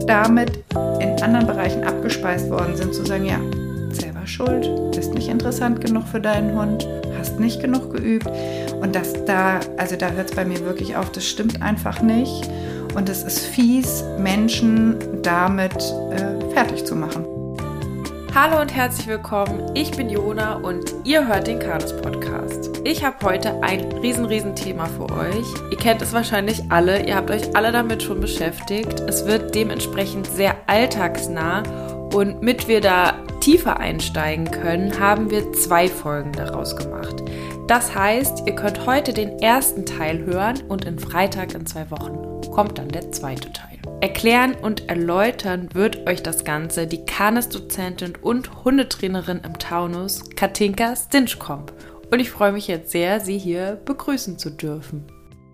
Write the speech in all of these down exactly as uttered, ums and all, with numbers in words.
damit in anderen Bereichen abgespeist worden sind, zu sagen, ja, selber schuld, bist nicht interessant genug für deinen Hund, hast nicht genug geübt. Und das da, also da hört es bei mir wirklich auf, das stimmt einfach nicht. Und es ist fies, Menschen damit äh, fertig zu machen. Hallo und herzlich willkommen, ich bin Jona und ihr hört den Canus Podcast. Ich habe heute ein riesen, riesen Thema für euch. Ihr kennt es wahrscheinlich alle, ihr habt euch alle damit schon beschäftigt. Es wird dementsprechend sehr alltagsnah und mit wir da tiefer einsteigen können, haben wir zwei Folgen daraus gemacht. Das heißt, ihr könnt heute den ersten Teil hören und in Freitag in zwei Wochen kommt dann der zweite Teil. Erklären und erläutern wird euch das Ganze die Canus-Dozentin und Hundetrainerin im Taunus, Katinka Stinchkomp. Und ich freue mich jetzt sehr, Sie hier begrüßen zu dürfen.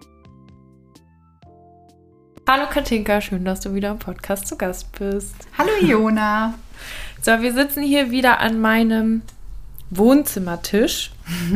Hallo Katinka, schön, dass du wieder im Podcast zu Gast bist. Hallo Jona. So, wir sitzen hier wieder an meinem Wohnzimmertisch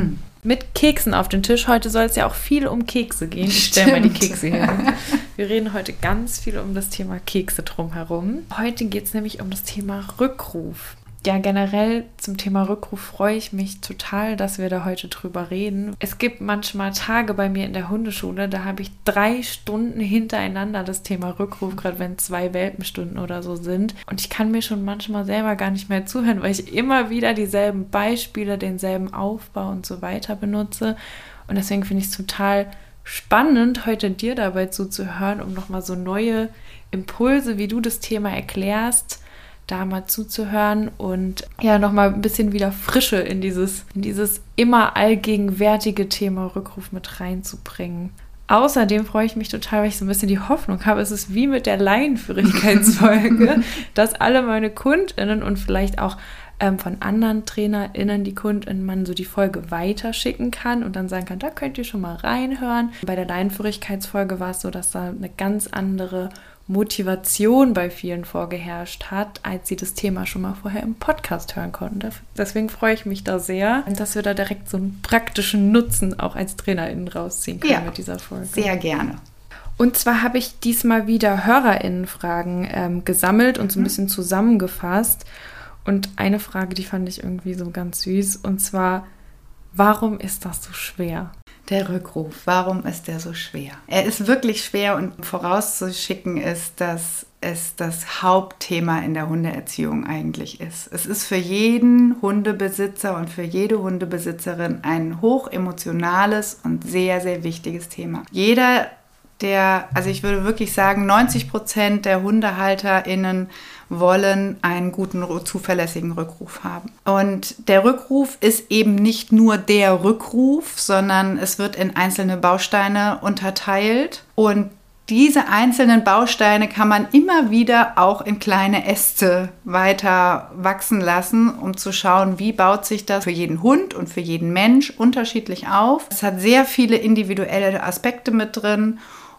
mit Keksen auf dem Tisch. Heute soll es ja auch viel um Kekse gehen. Ich stelle mal die Kekse hin. Wir reden heute ganz viel um das Thema Kekse drumherum. Heute geht es nämlich um das Thema Rückruf. Ja, generell zum Thema Rückruf freue ich mich total, dass wir da heute drüber reden. Es gibt manchmal Tage bei mir in der Hundeschule, da habe ich drei Stunden hintereinander das Thema Rückruf, gerade wenn zwei Welpenstunden oder so sind. Und ich kann mir schon manchmal selber gar nicht mehr zuhören, weil ich immer wieder dieselben Beispiele, denselben Aufbau und so weiter benutze. Und deswegen finde ich es total spannend, heute dir dabei zuzuhören, um nochmal so neue Impulse, wie du das Thema erklärst, da mal zuzuhören und ja, nochmal ein bisschen wieder Frische in dieses, in dieses immer allgegenwärtige Thema Rückruf mit reinzubringen. Außerdem freue ich mich total, weil ich so ein bisschen die Hoffnung habe, es ist wie mit der Laienführigkeitsfolge, dass alle meine KundInnen und vielleicht auch ähm, von anderen TrainerInnen die KundInnen man so die Folge weiterschicken kann und dann sagen kann, da könnt ihr schon mal reinhören. Bei der Laienführigkeitsfolge war es so, dass da eine ganz andere Motivation bei vielen vorgeherrscht hat, als sie das Thema schon mal vorher im Podcast hören konnten. Deswegen freue ich mich da sehr, dass wir da direkt so einen praktischen Nutzen auch als TrainerInnen rausziehen können ja, mit dieser Folge. Sehr gerne. Und zwar habe ich diesmal wieder HörerInnenfragen ähm, gesammelt und so ein bisschen zusammengefasst. Und eine Frage, die fand ich irgendwie so ganz süß, und zwar, warum ist das so schwer? Der Rückruf, warum ist der so schwer? Er ist wirklich schwer und vorauszuschicken ist, dass es das Hauptthema in der Hundeerziehung eigentlich ist. Es ist für jeden Hundebesitzer und für jede Hundebesitzerin ein hochemotionales und sehr, sehr wichtiges Thema. Jeder, der, also ich würde wirklich sagen, neunzig Prozent der HundehalterInnen wollen einen guten, zuverlässigen Rückruf haben. Und der Rückruf ist eben nicht nur der Rückruf, sondern es wird in einzelne Bausteine unterteilt. Und diese einzelnen Bausteine kann man immer wieder auch in kleine Äste weiter wachsen lassen, um zu schauen, wie baut sich das für jeden Hund und für jeden Mensch unterschiedlich auf. Es hat sehr viele individuelle Aspekte mit drin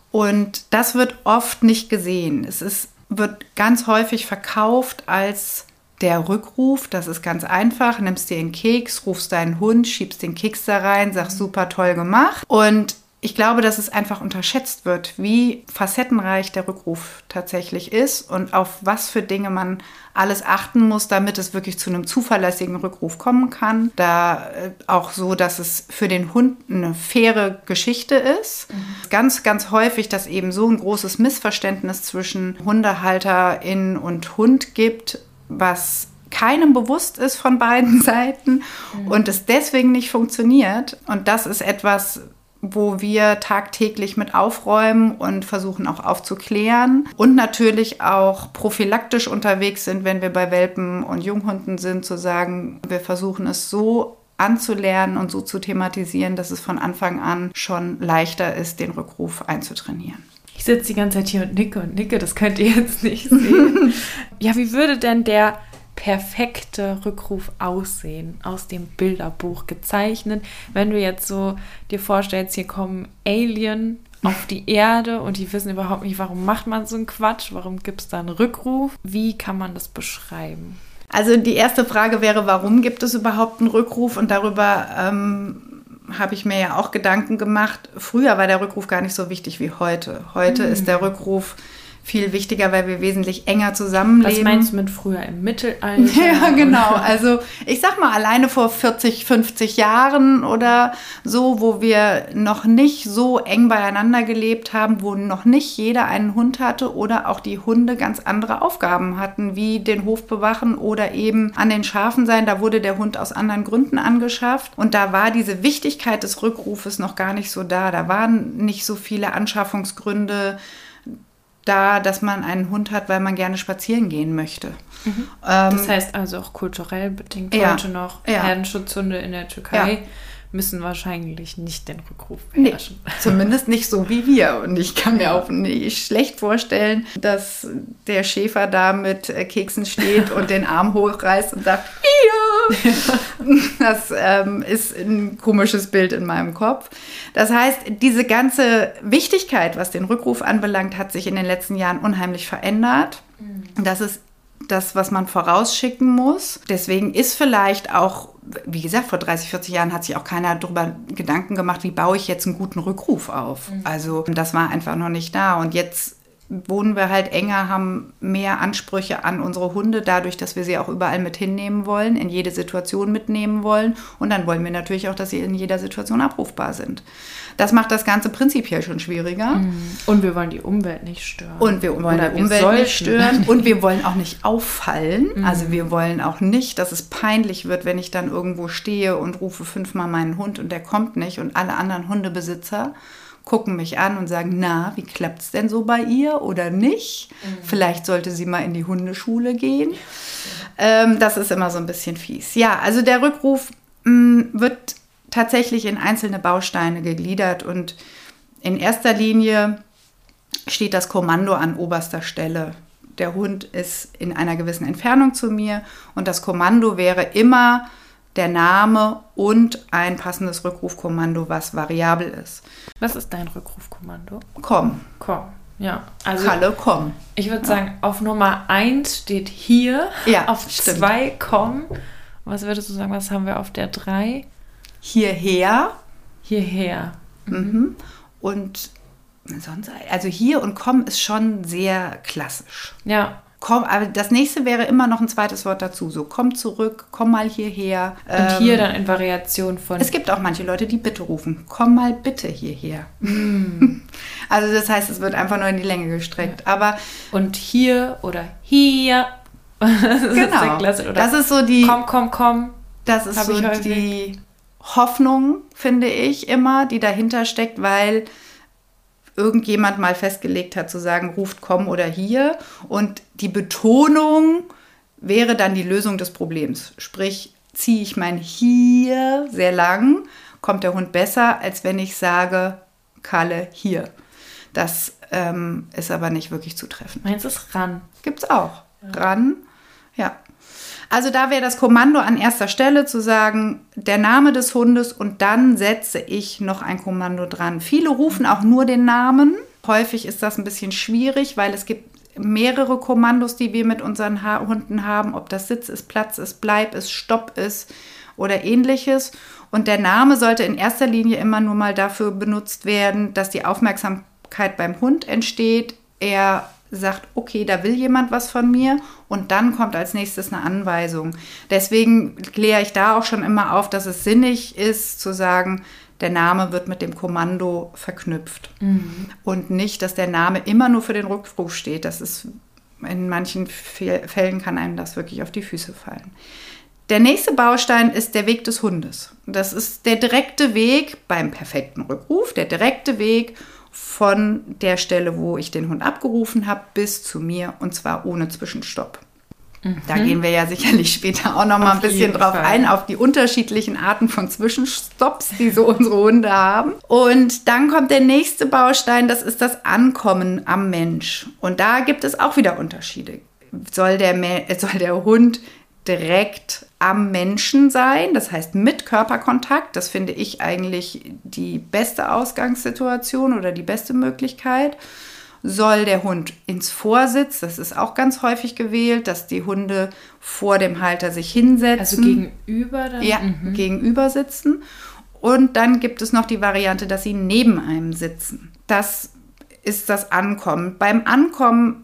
und das wird oft nicht gesehen. Es ist wird ganz häufig verkauft als der Rückruf. Das ist ganz einfach. Nimmst dir einen Keks, rufst deinen Hund, schiebst den Keks da rein, sagst super toll gemacht. Und ich glaube, dass es einfach unterschätzt wird, wie facettenreich der Rückruf tatsächlich ist und auf was für Dinge man alles achten muss, damit es wirklich zu einem zuverlässigen Rückruf kommen kann. Da äh, auch so, dass es für den Hund eine faire Geschichte ist. Mhm. Ganz, ganz häufig, dass eben so ein großes Missverständnis zwischen HundehalterInnen und Hund gibt, was keinem bewusst ist von beiden Seiten mhm. und es deswegen nicht funktioniert. Und das ist etwas, wo wir tagtäglich mit aufräumen und versuchen auch aufzuklären und natürlich auch prophylaktisch unterwegs sind, wenn wir bei Welpen und Junghunden sind, zu sagen, wir versuchen es so anzulernen und so zu thematisieren, dass es von Anfang an schon leichter ist, den Rückruf einzutrainieren. Ich sitze die ganze Zeit hier und nicke und nicke, das könnt ihr jetzt nicht sehen. Ja, wie würde denn der perfekte Rückruf aussehen, aus dem Bilderbuch gezeichnet? Wenn du jetzt so dir vorstellst, hier kommen Alien auf die Erde und die wissen überhaupt nicht, warum macht man so einen Quatsch, warum gibt es da einen Rückruf? Wie kann man das beschreiben? Also die erste Frage wäre, warum gibt es überhaupt einen Rückruf? Und darüber ähm, habe ich mir ja auch Gedanken gemacht. Früher war der Rückruf gar nicht so wichtig wie heute. Heute mhm. ist der Rückruf viel wichtiger, weil wir wesentlich enger zusammenleben. Was meinst du mit früher im Mittelalter? Ja, genau. Also ich sag mal, alleine vor vierzig, fünfzig Jahren oder so, wo wir noch nicht so eng beieinander gelebt haben, wo noch nicht jeder einen Hund hatte oder auch die Hunde ganz andere Aufgaben hatten, wie den Hof bewachen oder eben an den Schafen sein. Da wurde der Hund aus anderen Gründen angeschafft und da war diese Wichtigkeit des Rückrufes noch gar nicht so da. Da waren nicht so viele Anschaffungsgründe da, dass man einen Hund hat, weil man gerne spazieren gehen möchte. Mhm. Ähm, das heißt also auch kulturell bedingt ja, heute noch ja. Herdenschutzhunde in der Türkei ja. müssen wahrscheinlich nicht den Rückruf beherrschen. Nee, zumindest nicht so wie wir. Und ich kann mir auch nicht schlecht vorstellen, dass der Schäfer da mit Keksen steht und den Arm hochreißt und sagt, hier! Das ähm, ist ein komisches Bild in meinem Kopf. Das heißt, diese ganze Wichtigkeit, was den Rückruf anbelangt, hat sich in den letzten Jahren unheimlich verändert. Mhm. Das ist das, was man vorausschicken muss. Deswegen ist vielleicht auch, wie gesagt, vor dreißig, vierzig Jahren hat sich auch keiner darüber Gedanken gemacht, wie baue ich jetzt einen guten Rückruf auf. Mhm. Also das war einfach noch nicht da. Und jetzt wohnen wir halt enger, haben mehr Ansprüche an unsere Hunde, dadurch, dass wir sie auch überall mit hinnehmen wollen, in jede Situation mitnehmen wollen. Und dann wollen wir natürlich auch, dass sie in jeder Situation abrufbar sind. Das macht das Ganze prinzipiell schon schwieriger. Und wir wollen die Umwelt nicht stören. Und wir wollen Oder die wir Umwelt sollten. nicht stören. Und wir wollen auch nicht auffallen. Mhm. Also wir wollen auch nicht, dass es peinlich wird, wenn ich dann irgendwo stehe und rufe fünfmal meinen Hund und der kommt nicht. Und alle anderen Hundebesitzer gucken mich an und sagen, na, wie klappt's denn so bei ihr oder nicht? Mhm. Vielleicht sollte sie mal in die Hundeschule gehen. Ja. Ähm, das ist immer so ein bisschen fies. Ja, also der Rückruf mh, wird tatsächlich in einzelne Bausteine gegliedert und in erster Linie steht das Kommando an oberster Stelle. Der Hund ist in einer gewissen Entfernung zu mir und das Kommando wäre immer der Name und ein passendes Rückrufkommando, was variabel ist. Was ist dein Rückrufkommando? Komm. Komm, ja. Also Kalle, komm. Ich würde sagen, ja. auf Nummer eins steht hier, ja, auf stimmt. zwei komm. Was würdest du sagen, was haben wir auf der drei? Hierher. Hierher. Mhm. Mhm. Und sonst, also hier und komm ist schon sehr klassisch. Ja. Komm, aber das nächste wäre immer noch ein zweites Wort dazu. So, komm zurück, komm mal hierher. Und ähm, hier dann in Variation von... Es gibt auch manche Leute, die bitte rufen. Komm mal bitte hierher. Mm. Also das heißt, es wird einfach nur in die Länge gestreckt. Ja. Aber und hier oder hier. Das genau. Ist klasse. Oder das ist so die... Komm, komm, komm. Das ist so die Hoffnung, finde ich immer, die dahinter steckt, weil irgendjemand mal festgelegt hat, zu sagen, ruft komm oder hier. Und die Betonung wäre dann die Lösung des Problems. Sprich, ziehe ich mein hier sehr lang, kommt der Hund besser, als wenn ich sage, Kalle, hier. Das ähm, ist aber nicht wirklich zutreffend. Meinst du es ran? Gibt's auch. Ja. Ran, ja. Also da wäre das Kommando an erster Stelle zu sagen, der Name des Hundes und dann setze ich noch ein Kommando dran. Viele rufen auch nur den Namen. Häufig ist das ein bisschen schwierig, weil es gibt mehrere Kommandos, die wir mit unseren ha- Hunden haben, ob das Sitz ist, Platz ist, Bleib ist, Stopp ist oder ähnliches. Und der Name sollte in erster Linie immer nur mal dafür benutzt werden, dass die Aufmerksamkeit beim Hund entsteht. Er sagt, okay, da will jemand was von mir und dann kommt als nächstes eine Anweisung. Deswegen kläre ich da auch schon immer auf, dass es sinnig ist zu sagen, der Name wird mit dem Kommando verknüpft. Mhm. Und nicht, dass der Name immer nur für den Rückruf steht. Das ist, in manchen Fällen kann einem das wirklich auf die Füße fallen. Der nächste Baustein ist der Weg des Hundes. Das ist der direkte Weg beim perfekten Rückruf, der direkte Weg von der Stelle, wo ich den Hund abgerufen habe, bis zu mir und zwar ohne Zwischenstopp. Mhm. Da gehen wir ja sicherlich später auch noch mal ein bisschen drauf Fall. ein, auf die unterschiedlichen Arten von Zwischenstopps, die so unsere Hunde haben. Und dann kommt der nächste Baustein, das ist das Ankommen am Mensch. Und da gibt es auch wieder Unterschiede. Soll der, soll der Hund direkt am Menschen sein, das heißt mit Körperkontakt. Das finde ich eigentlich die beste Ausgangssituation oder die beste Möglichkeit. Soll der Hund ins Vorsitz, das ist auch ganz häufig gewählt, dass die Hunde vor dem Halter sich hinsetzen. Also gegenüber dann? Ja, mhm. gegenüber sitzen. Und dann gibt es noch die Variante, dass sie neben einem sitzen. Das ist das Ankommen. Beim Ankommen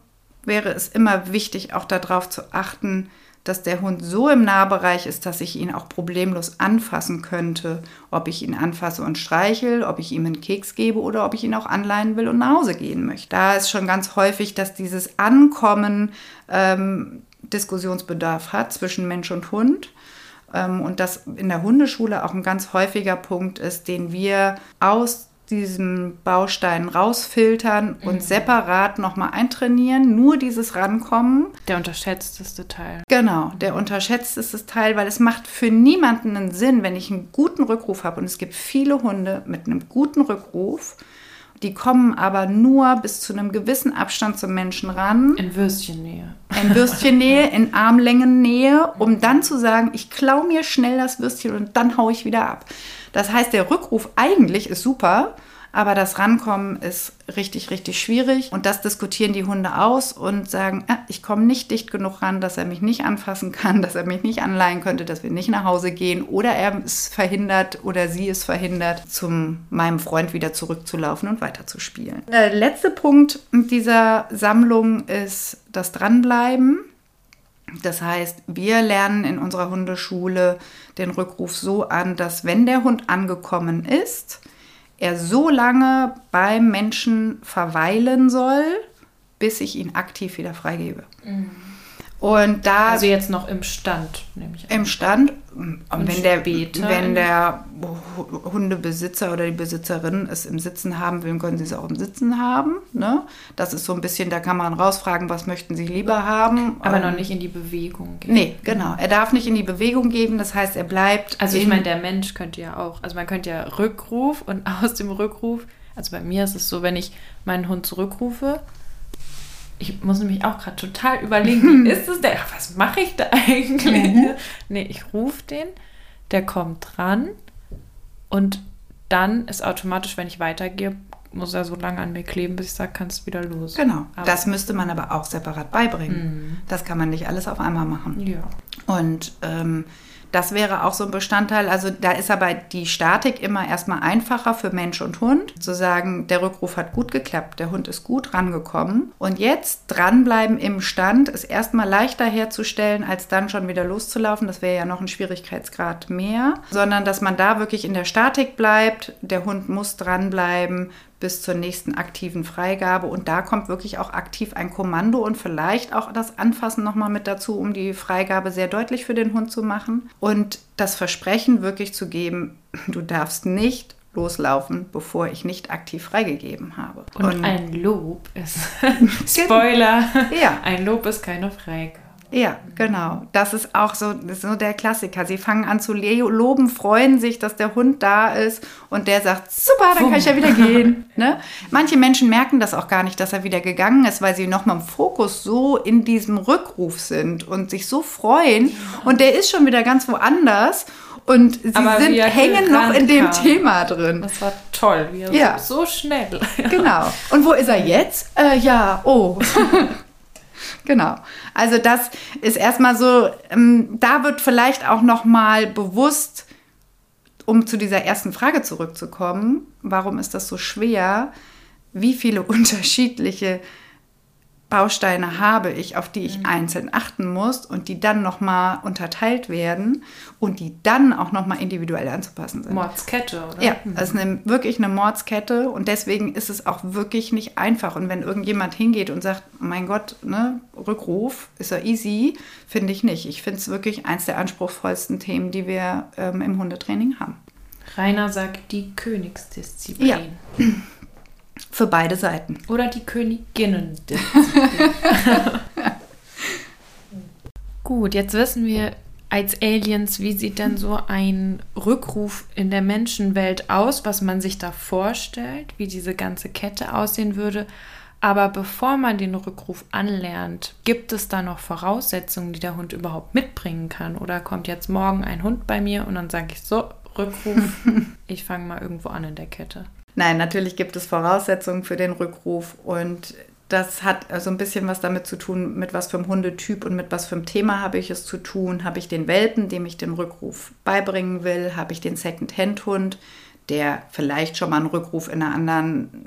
wäre es immer wichtig, auch darauf zu achten, dass der Hund so im Nahbereich ist, dass ich ihn auch problemlos anfassen könnte. Ob ich ihn anfasse und streichel, ob ich ihm einen Keks gebe oder ob ich ihn auch anleihen will und nach Hause gehen möchte. Da ist schon ganz häufig, dass dieses Ankommen ähm, Diskussionsbedarf hat zwischen Mensch und Hund. Ähm, und das in der Hundeschule auch ein ganz häufiger Punkt ist, den wir aus diesen Bausteinen rausfiltern und mhm. separat nochmal eintrainieren. Nur dieses Rankommen. Der unterschätzteste Teil. Genau, der unterschätzteste Teil, weil es macht für niemanden einen Sinn, wenn ich einen guten Rückruf habe. Und es gibt viele Hunde mit einem guten Rückruf, die kommen aber nur bis zu einem gewissen Abstand zum Menschen ran. In Würstchennähe. In Würstchennähe, in Armlängennähe, um dann zu sagen, ich klaue mir schnell das Würstchen und dann haue ich wieder ab. Das heißt, der Rückruf eigentlich ist super, aber das Rankommen ist richtig, richtig schwierig. Und das diskutieren die Hunde aus und sagen, ah, ich komme nicht dicht genug ran, dass er mich nicht anfassen kann, dass er mich nicht anleihen könnte, dass wir nicht nach Hause gehen. Oder er ist verhindert oder sie ist verhindert, zu meinem Freund wieder zurückzulaufen und weiterzuspielen. Der letzte Punkt dieser Sammlung ist das Dranbleiben. Das heißt, wir lernen in unserer Hundeschule den Rückruf so an, dass wenn der Hund angekommen ist, er so lange beim Menschen verweilen soll, bis ich ihn aktiv wieder freigebe. Mhm. Und da, also jetzt noch im Stand, nehme ich an. Im Stand. Und wenn der, später. wenn der Hundebesitzer oder die Besitzerin es im Sitzen haben will, können sie es auch im Sitzen haben. Ne? Das ist so ein bisschen, da kann man rausfragen, was möchten sie lieber haben. Aber ähm, noch nicht in die Bewegung gehen. Nee, genau. Er darf nicht in die Bewegung gehen, das heißt, er bleibt... Also ich meine, der Mensch könnte ja auch, also man könnte ja Rückruf und aus dem Rückruf, also bei mir ist es so, wenn ich meinen Hund zurückrufe, ich muss nämlich auch gerade total überlegen, wie ist es denn? Was mache ich da eigentlich? Mhm. Nee, ich rufe den, der kommt dran und dann ist automatisch, wenn ich weitergehe, muss er so lange an mir kleben, bis ich sage, kannst wieder los. Genau, aber das müsste man aber auch separat beibringen. Mhm. Das kann man nicht alles auf einmal machen. Ja. Und ähm, das wäre auch so ein Bestandteil, also da ist aber die Statik immer erstmal einfacher für Mensch und Hund, zu sagen, der Rückruf hat gut geklappt, der Hund ist gut rangekommen und jetzt dranbleiben im Stand ist erstmal leichter herzustellen, als dann schon wieder loszulaufen, das wäre ja noch ein Schwierigkeitsgrad mehr, sondern dass man da wirklich in der Statik bleibt, der Hund muss dranbleiben, bis zur nächsten aktiven Freigabe. Und da kommt wirklich auch aktiv ein Kommando und vielleicht auch das Anfassen nochmal mit dazu, um die Freigabe sehr deutlich für den Hund zu machen. Und das Versprechen wirklich zu geben, du darfst nicht loslaufen, bevor ich nicht aktiv freigegeben habe. Und, und ein Lob ist, Spoiler, ja. Ein Lob ist keine Freigabe. Ja, genau. Das ist auch so, das ist so der Klassiker. Sie fangen an zu loben, freuen sich, dass der Hund da ist und der sagt, super, dann kann ich ja wieder gehen. Ne? Manche Menschen merken das auch gar nicht, dass er wieder gegangen ist, weil sie nochmal im Fokus so in diesem Rückruf sind und sich so freuen und der ist schon wieder ganz woanders und sie Aber sind, hängen noch in dem kam. Thema drin. Das war toll, wie er ja. so, so schnell. Genau. Und wo ist er jetzt? Äh, ja, oh. Genau, also das ist erstmal so, ähm, da wird vielleicht auch nochmal bewusst, um zu dieser ersten Frage zurückzukommen, warum ist das so schwer, wie viele unterschiedliche Bausteine habe ich, auf die ich mhm. einzeln achten muss und die dann nochmal unterteilt werden und die dann auch nochmal individuell anzupassen sind. Mordskette, oder? Ja, das ist eine, wirklich eine Mordskette und deswegen ist es auch wirklich nicht einfach. Und wenn irgendjemand hingeht und sagt, mein Gott, ne, Rückruf, ist ja easy, finde ich nicht. Ich finde es wirklich eins der anspruchsvollsten Themen, die wir ähm, im Hundetraining haben. Rainer sagt, die Königsdisziplin. Ja. Für beide Seiten. Oder die Königinnen. Gut, jetzt wissen wir als Aliens, wie sieht denn so ein Rückruf in der Menschenwelt aus, was man sich da vorstellt, wie diese ganze Kette aussehen würde. Aber bevor man den Rückruf anlernt, gibt es da noch Voraussetzungen, die der Hund überhaupt mitbringen kann? Oder kommt jetzt morgen ein Hund bei mir und dann sage ich so, Rückruf, ich fange mal irgendwo an in der Kette. Nein, natürlich gibt es Voraussetzungen für den Rückruf und das hat so ein bisschen was damit zu tun, mit was für einem Hundetyp und mit was für einem Thema habe ich es zu tun. Habe ich den Welpen, dem ich den Rückruf beibringen will? Habe ich den Second-Hand-Hund, der vielleicht schon mal einen Rückruf in einer anderen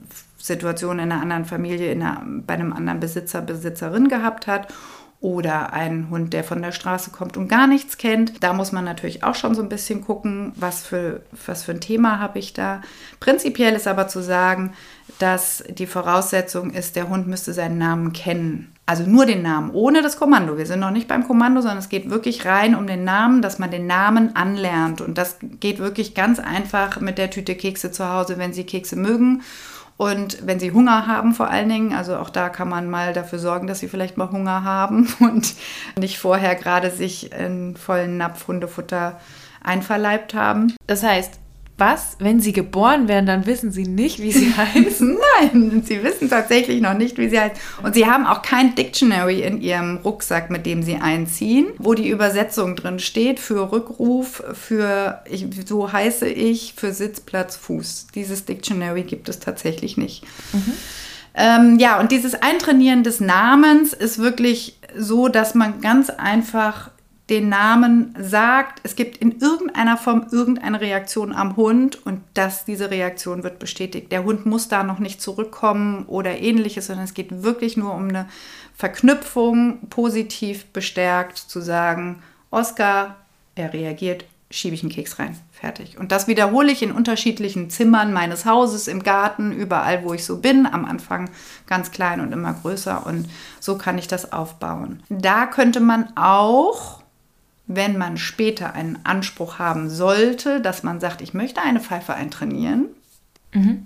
Situation in einer anderen Familie, in einer, bei einem anderen Besitzer, Besitzerin gehabt hat. Oder ein Hund, der von der Straße kommt und gar nichts kennt. Da muss man natürlich auch schon so ein bisschen gucken, was für, was für ein Thema habe ich da. Prinzipiell ist aber zu sagen, dass die Voraussetzung ist, der Hund müsste seinen Namen kennen. Also nur den Namen, ohne das Kommando. Wir sind noch nicht beim Kommando, sondern es geht wirklich rein um den Namen, dass man den Namen anlernt. Und das geht wirklich ganz einfach mit der Tüte Kekse zu Hause, wenn Sie Kekse mögen. Und wenn sie Hunger haben vor allen Dingen, also auch da kann man mal dafür sorgen, dass sie vielleicht mal Hunger haben und nicht vorher gerade sich einen vollen Napf Hundefutter einverleibt haben. Das heißt, was, wenn sie geboren werden, dann wissen sie nicht, wie sie heißen? Nein, sie wissen tatsächlich noch nicht, wie sie heißen. Und sie haben auch kein Dictionary in ihrem Rucksack, mit dem sie einziehen, wo die Übersetzung drin steht für Rückruf, für ich, so heiße ich, für Sitz, Platz, Fuß. Dieses Dictionary gibt es tatsächlich nicht. Mhm. Ähm, ja, und dieses Eintrainieren des Namens ist wirklich so, dass man ganz einfach den Namen sagt, es gibt in irgendeiner Form irgendeine Reaktion am Hund und dass diese Reaktion wird bestätigt. Der Hund muss da noch nicht zurückkommen oder ähnliches, sondern es geht wirklich nur um eine Verknüpfung, positiv bestärkt zu sagen, Oskar, er reagiert, schiebe ich einen Keks rein, fertig. Und das wiederhole ich in unterschiedlichen Zimmern meines Hauses, im Garten, überall, wo ich so bin, am Anfang ganz klein und immer größer und so kann ich das aufbauen. Da könnte man auch, wenn man später einen Anspruch haben sollte, dass man sagt, ich möchte eine Pfeife eintrainieren, mhm.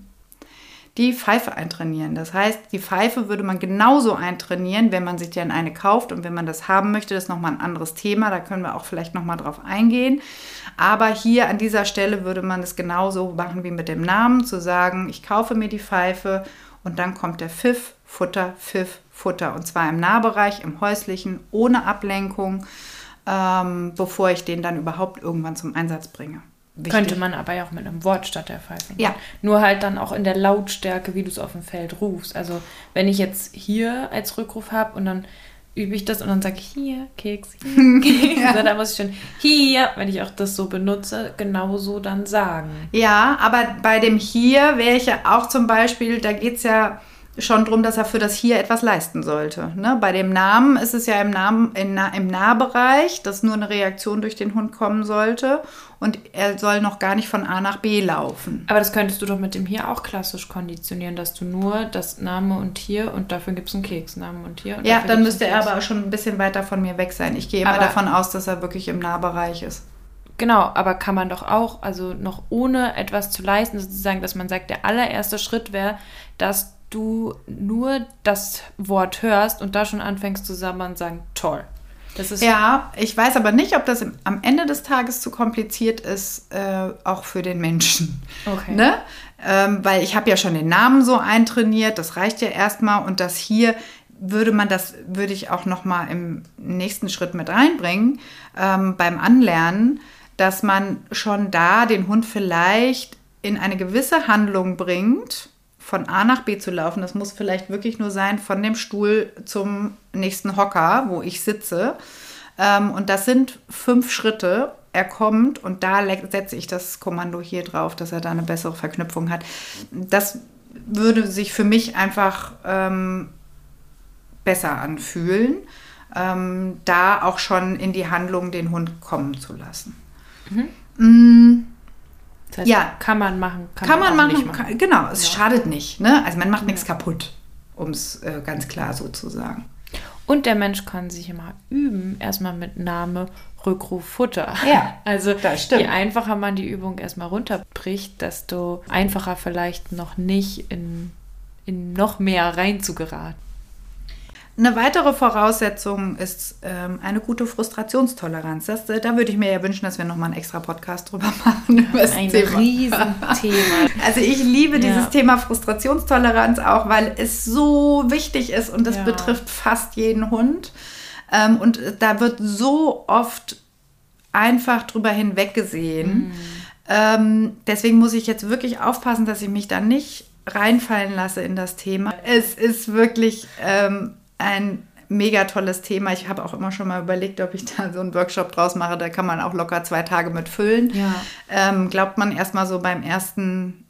die Pfeife eintrainieren. Das heißt, die Pfeife würde man genauso eintrainieren, wenn man sich dann eine kauft und wenn man das haben möchte, das ist nochmal ein anderes Thema, da können wir auch vielleicht nochmal drauf eingehen. Aber hier an dieser Stelle würde man es genauso machen wie mit dem Namen, zu sagen, ich kaufe mir die Pfeife und dann kommt der Pfiff, Futter, Pfiff, Futter und zwar im Nahbereich, im häuslichen, ohne Ablenkung, Ähm, bevor ich den dann überhaupt irgendwann zum Einsatz bringe. Wichtig. Könnte man aber ja auch mit einem Wort statt der Pfeife. Ja. Nur halt dann auch in der Lautstärke, wie du es auf dem Feld rufst. Also wenn ich jetzt hier als Rückruf habe und dann übe ich das und dann sage ich hier, Keks, hier, Keks. Ja. Also, da muss ich schon hier, wenn ich auch das so benutze, genauso dann sagen. Ja, aber bei dem hier wäre ich ja auch zum Beispiel, da geht es ja schon darum, dass er für das Hier etwas leisten sollte. Ne? Bei dem Namen ist es ja im, Namen, in, im Nahbereich, dass nur eine Reaktion durch den Hund kommen sollte und er soll noch gar nicht von A nach B laufen. Aber das könntest du doch mit dem Hier auch klassisch konditionieren, dass du nur das Name und Hier und dafür gibt es einen Keks, Name und Hier. Und ja, dann müsste er aber schon ein bisschen weiter von mir weg sein. Ich gehe immer aber davon aus, dass er wirklich im Nahbereich ist. Genau, aber kann man doch auch, also noch ohne etwas zu leisten, sozusagen, dass man sagt, der allererste Schritt wäre, dass du nur das Wort hörst und da schon anfängst zu sabbern und sagen, toll. Das ist ja, ich weiß aber nicht, ob das im, am Ende des Tages zu kompliziert ist, äh, auch für den Menschen. Okay. Ne? Ähm, weil ich habe ja schon den Namen so eintrainiert, das reicht ja erstmal und das hier würde man, das würde ich auch nochmal im nächsten Schritt mit reinbringen, ähm, beim Anlernen, dass man schon da den Hund vielleicht in eine gewisse Handlung bringt, von A nach B zu laufen. Das muss vielleicht wirklich nur sein, von dem Stuhl zum nächsten Hocker, wo ich sitze. Ähm, und das sind fünf Schritte. Er kommt und da setze ich das Kommando hier drauf, dass er da eine bessere Verknüpfung hat. Das würde sich für mich einfach ähm, besser anfühlen, ähm, da auch schon in die Handlung den Hund kommen zu lassen. Mhm. Mm. Das heißt, ja, kann man machen, kann, kann man, man machen, machen. Kann, genau, es ja. schadet nicht. Ne? Also man macht ja. nichts kaputt, um es äh, ganz klar so zu sagen. Und der Mensch kann sich immer üben, erstmal mit Name, Rückruf, Futter. Ja, also das stimmt. Je einfacher man die Übung erstmal runterbricht, desto einfacher vielleicht noch nicht in, in noch mehr rein zu geraten. Eine weitere Voraussetzung ist ähm, eine gute Frustrationstoleranz. Das, äh, da würde ich mir ja wünschen, dass wir nochmal einen extra Podcast drüber machen. Über das Ein Thema. Riesenthema. Also ich liebe dieses ja. Thema Frustrationstoleranz auch, weil es so wichtig ist und es ja. betrifft fast jeden Hund. Ähm, und da wird so oft einfach drüber hinweggesehen. Mhm. Ähm, deswegen muss ich jetzt wirklich aufpassen, dass ich mich da nicht reinfallen lasse in das Thema. Es ist wirklich ähm, ein mega tolles Thema. Ich habe auch immer schon mal überlegt, ob ich da so einen Workshop draus mache. Da kann man auch locker zwei Tage mit füllen. Ja. Ähm, glaubt man erstmal so beim ersten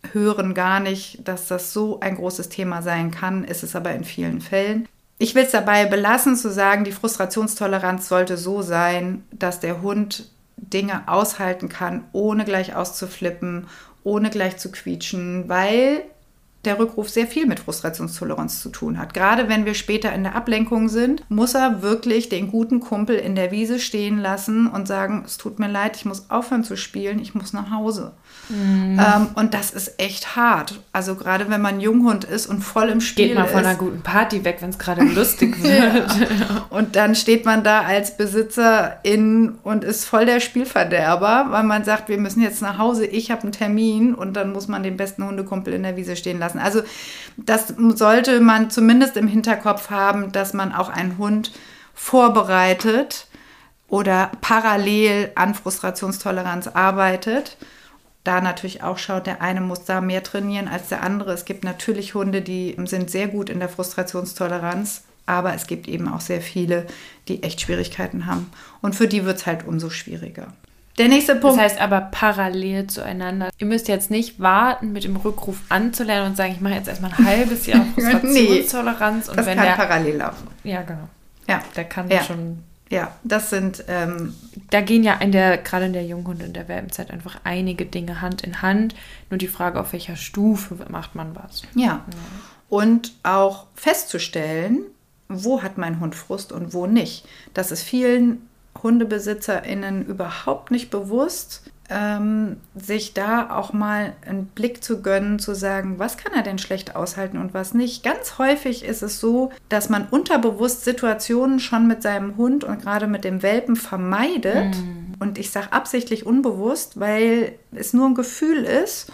hören gar nicht, dass das so ein großes Thema sein kann, ist es aber in vielen Fällen. Ich will es dabei belassen, zu sagen, die Frustrationstoleranz sollte so sein, dass der Hund Dinge aushalten kann, ohne gleich auszuflippen, ohne gleich zu quietschen, weil der Rückruf sehr viel mit Frustrationstoleranz zu tun hat. Gerade wenn wir später in der Ablenkung sind, muss er wirklich den guten Kumpel in der Wiese stehen lassen und sagen, es tut mir leid, ich muss aufhören zu spielen, ich muss nach Hause. Mhm. Ähm, und das ist echt hart. Also gerade wenn man Junghund ist und voll im Spiel ist. Geht man von einer guten Party weg, wenn es gerade lustig wird. Ja. Und dann steht man da als Besitzerin und ist voll der Spielverderber, weil man sagt, wir müssen jetzt nach Hause, ich habe einen Termin und dann muss man den besten Hundekumpel in der Wiese stehen lassen. Also das sollte man zumindest im Hinterkopf haben, dass man auch einen Hund vorbereitet oder parallel an Frustrationstoleranz arbeitet. Da natürlich auch schaut, der eine muss da mehr trainieren als der andere. Es gibt natürlich Hunde, die sind sehr gut in der Frustrationstoleranz, aber es gibt eben auch sehr viele, die echt Schwierigkeiten haben. Und für die wird es halt umso schwieriger. Der nächste Punkt. Das heißt aber parallel zueinander. Ihr müsst jetzt nicht warten, mit dem Rückruf anzulernen und sagen, ich mache jetzt erstmal ein halbes Jahr Frustrationstoleranz. Nee, und das wenn kann der, parallel laufen. Ja, genau. Ja. Der kann ja. schon... Ja, das sind... Ähm, da gehen ja in der, gerade in der Junghunde, in der Welpenzeit einfach einige Dinge Hand in Hand. Nur die Frage, auf welcher Stufe macht man was. Ja. ja. Und auch festzustellen, wo hat mein Hund Frust und wo nicht. Das ist vielen HundebesitzerInnen überhaupt nicht bewusst, ähm, sich da auch mal einen Blick zu gönnen, zu sagen, was kann er denn schlecht aushalten und was nicht. Ganz häufig ist es so, dass man unterbewusst Situationen schon mit seinem Hund und gerade mit dem Welpen vermeidet. Mm. Und ich sage absichtlich unbewusst, weil es nur ein Gefühl ist.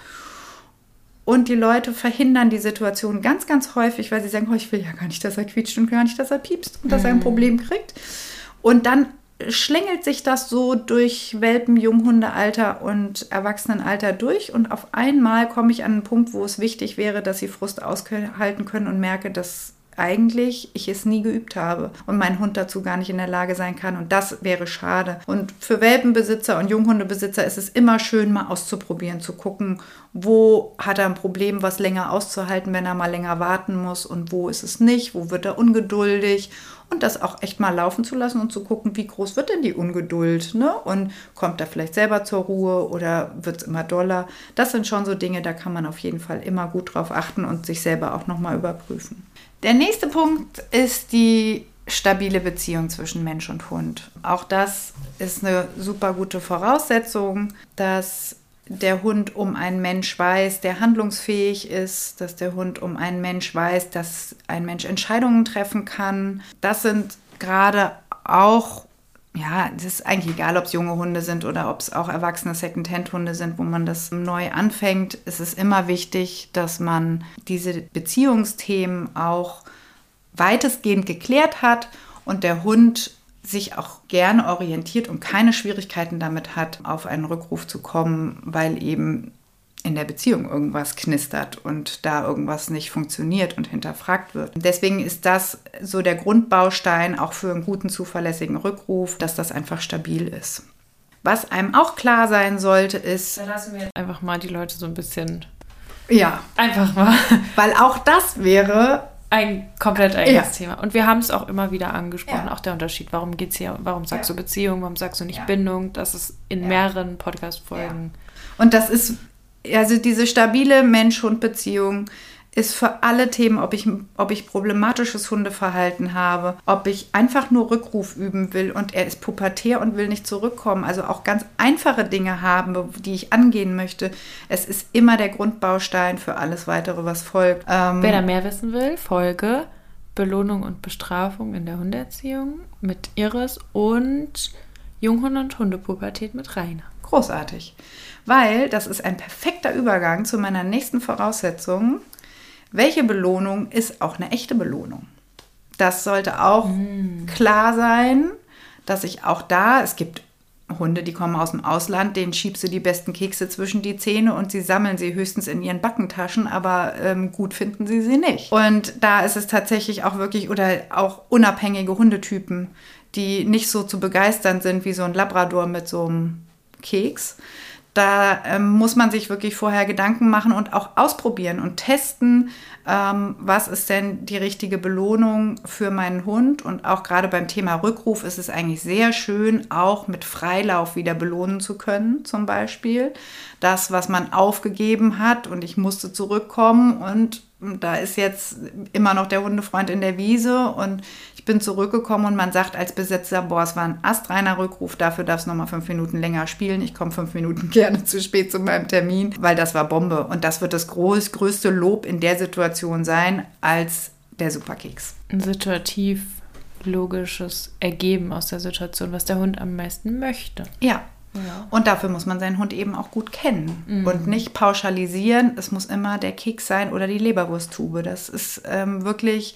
Und die Leute verhindern die Situation ganz, ganz häufig, weil sie sagen, oh, ich will ja gar nicht, dass er quietscht und gar nicht, dass er piepst und dass mm. er ein Problem kriegt. Und dann schlängelt sich das so durch Welpen, Junghundealter und Erwachsenenalter durch und auf einmal komme ich an einen Punkt, wo es wichtig wäre, dass sie Frust aushalten können und merke, dass eigentlich ich es nie geübt habe und mein Hund dazu gar nicht in der Lage sein kann und das wäre schade. Und für Welpenbesitzer und Junghundebesitzer ist es immer schön, mal auszuprobieren, zu gucken, wo hat er ein Problem, was länger auszuhalten, wenn er mal länger warten muss und wo ist es nicht, wo wird er ungeduldig. Und das auch echt mal laufen zu lassen und zu gucken, wie groß wird denn die Ungeduld, ne? Und kommt er vielleicht selber zur Ruhe oder wird es immer doller? Das sind schon so Dinge, da kann man auf jeden Fall immer gut drauf achten und sich selber auch nochmal überprüfen. Der nächste Punkt ist die stabile Beziehung zwischen Mensch und Hund. Auch das ist eine super gute Voraussetzung, dass der Hund um einen Mensch weiß, der handlungsfähig ist, dass der Hund um einen Mensch weiß, dass ein Mensch Entscheidungen treffen kann. Das sind gerade auch, ja, es ist eigentlich egal, ob es junge Hunde sind oder ob es auch erwachsene Second-Hand-Hunde sind, wo man das neu anfängt. Es ist immer wichtig, dass man diese Beziehungsthemen auch weitestgehend geklärt hat und der Hund sich auch gerne orientiert und keine Schwierigkeiten damit hat, auf einen Rückruf zu kommen, weil eben in der Beziehung irgendwas knistert und da irgendwas nicht funktioniert und hinterfragt wird. Deswegen ist das so der Grundbaustein auch für einen guten, zuverlässigen Rückruf, dass das einfach stabil ist. Was einem auch klar sein sollte, ist... Da lassen wir einfach mal die Leute so ein bisschen... Ja. Einfach mal. Weil auch das wäre... Ein komplett eigenes ja. Thema. Und wir haben es auch immer wieder angesprochen, ja. auch der Unterschied. Warum geht's hier? Warum sagst ja. du Beziehung? Warum sagst du nicht ja. Bindung? Das ist in ja. mehreren Podcast-Folgen. Ja. Und das ist, also diese stabile Mensch-Hund-Beziehung ist für alle Themen, ob ich, ob ich problematisches Hundeverhalten habe, ob ich einfach nur Rückruf üben will und er ist pubertär und will nicht zurückkommen, also auch ganz einfache Dinge haben, die ich angehen möchte. Es ist immer der Grundbaustein für alles Weitere, was folgt. Ähm, Wer da mehr wissen will, Folge Belohnung und Bestrafung in der Hundeerziehung mit Iris und Junghunde und Hundepubertät mit Rainer. Großartig, weil das ist ein perfekter Übergang zu meiner nächsten Voraussetzung. Welche Belohnung ist auch eine echte Belohnung? Das sollte auch mm. klar sein, dass ich auch da, es gibt Hunde, die kommen aus dem Ausland, denen schiebst du die besten Kekse zwischen die Zähne und sie sammeln sie höchstens in ihren Backentaschen, aber ähm, gut finden sie sie nicht. Und da ist es tatsächlich auch wirklich, oder auch unabhängige Hundetypen, die nicht so zu begeistern sind wie so ein Labrador mit so einem Keks. Da ähm, muss man sich wirklich vorher Gedanken machen und auch ausprobieren und testen, ähm, was ist denn die richtige Belohnung für meinen Hund. Und auch gerade beim Thema Rückruf ist es eigentlich sehr schön, auch mit Freilauf wieder belohnen zu können, zum Beispiel. Das, was man aufgegeben hat und ich musste zurückkommen und da ist jetzt immer noch der Hundefreund in der Wiese und ich bin zurückgekommen und man sagt als Besitzer, boah, es war ein astreiner Rückruf, dafür darfst du nochmal fünf Minuten länger spielen. Ich komme fünf Minuten gerne zu spät zu meinem Termin, weil das war Bombe. Und das wird das groß, größte Lob in der Situation sein als der Superkeks. Ein situativ logisches Ergeben aus der Situation, was der Hund am meisten möchte. Ja. Ja. Und dafür muss man seinen Hund eben auch gut kennen Mhm. und nicht pauschalisieren. Es muss immer der Keks sein oder die Leberwursttube. Das ist ähm, wirklich,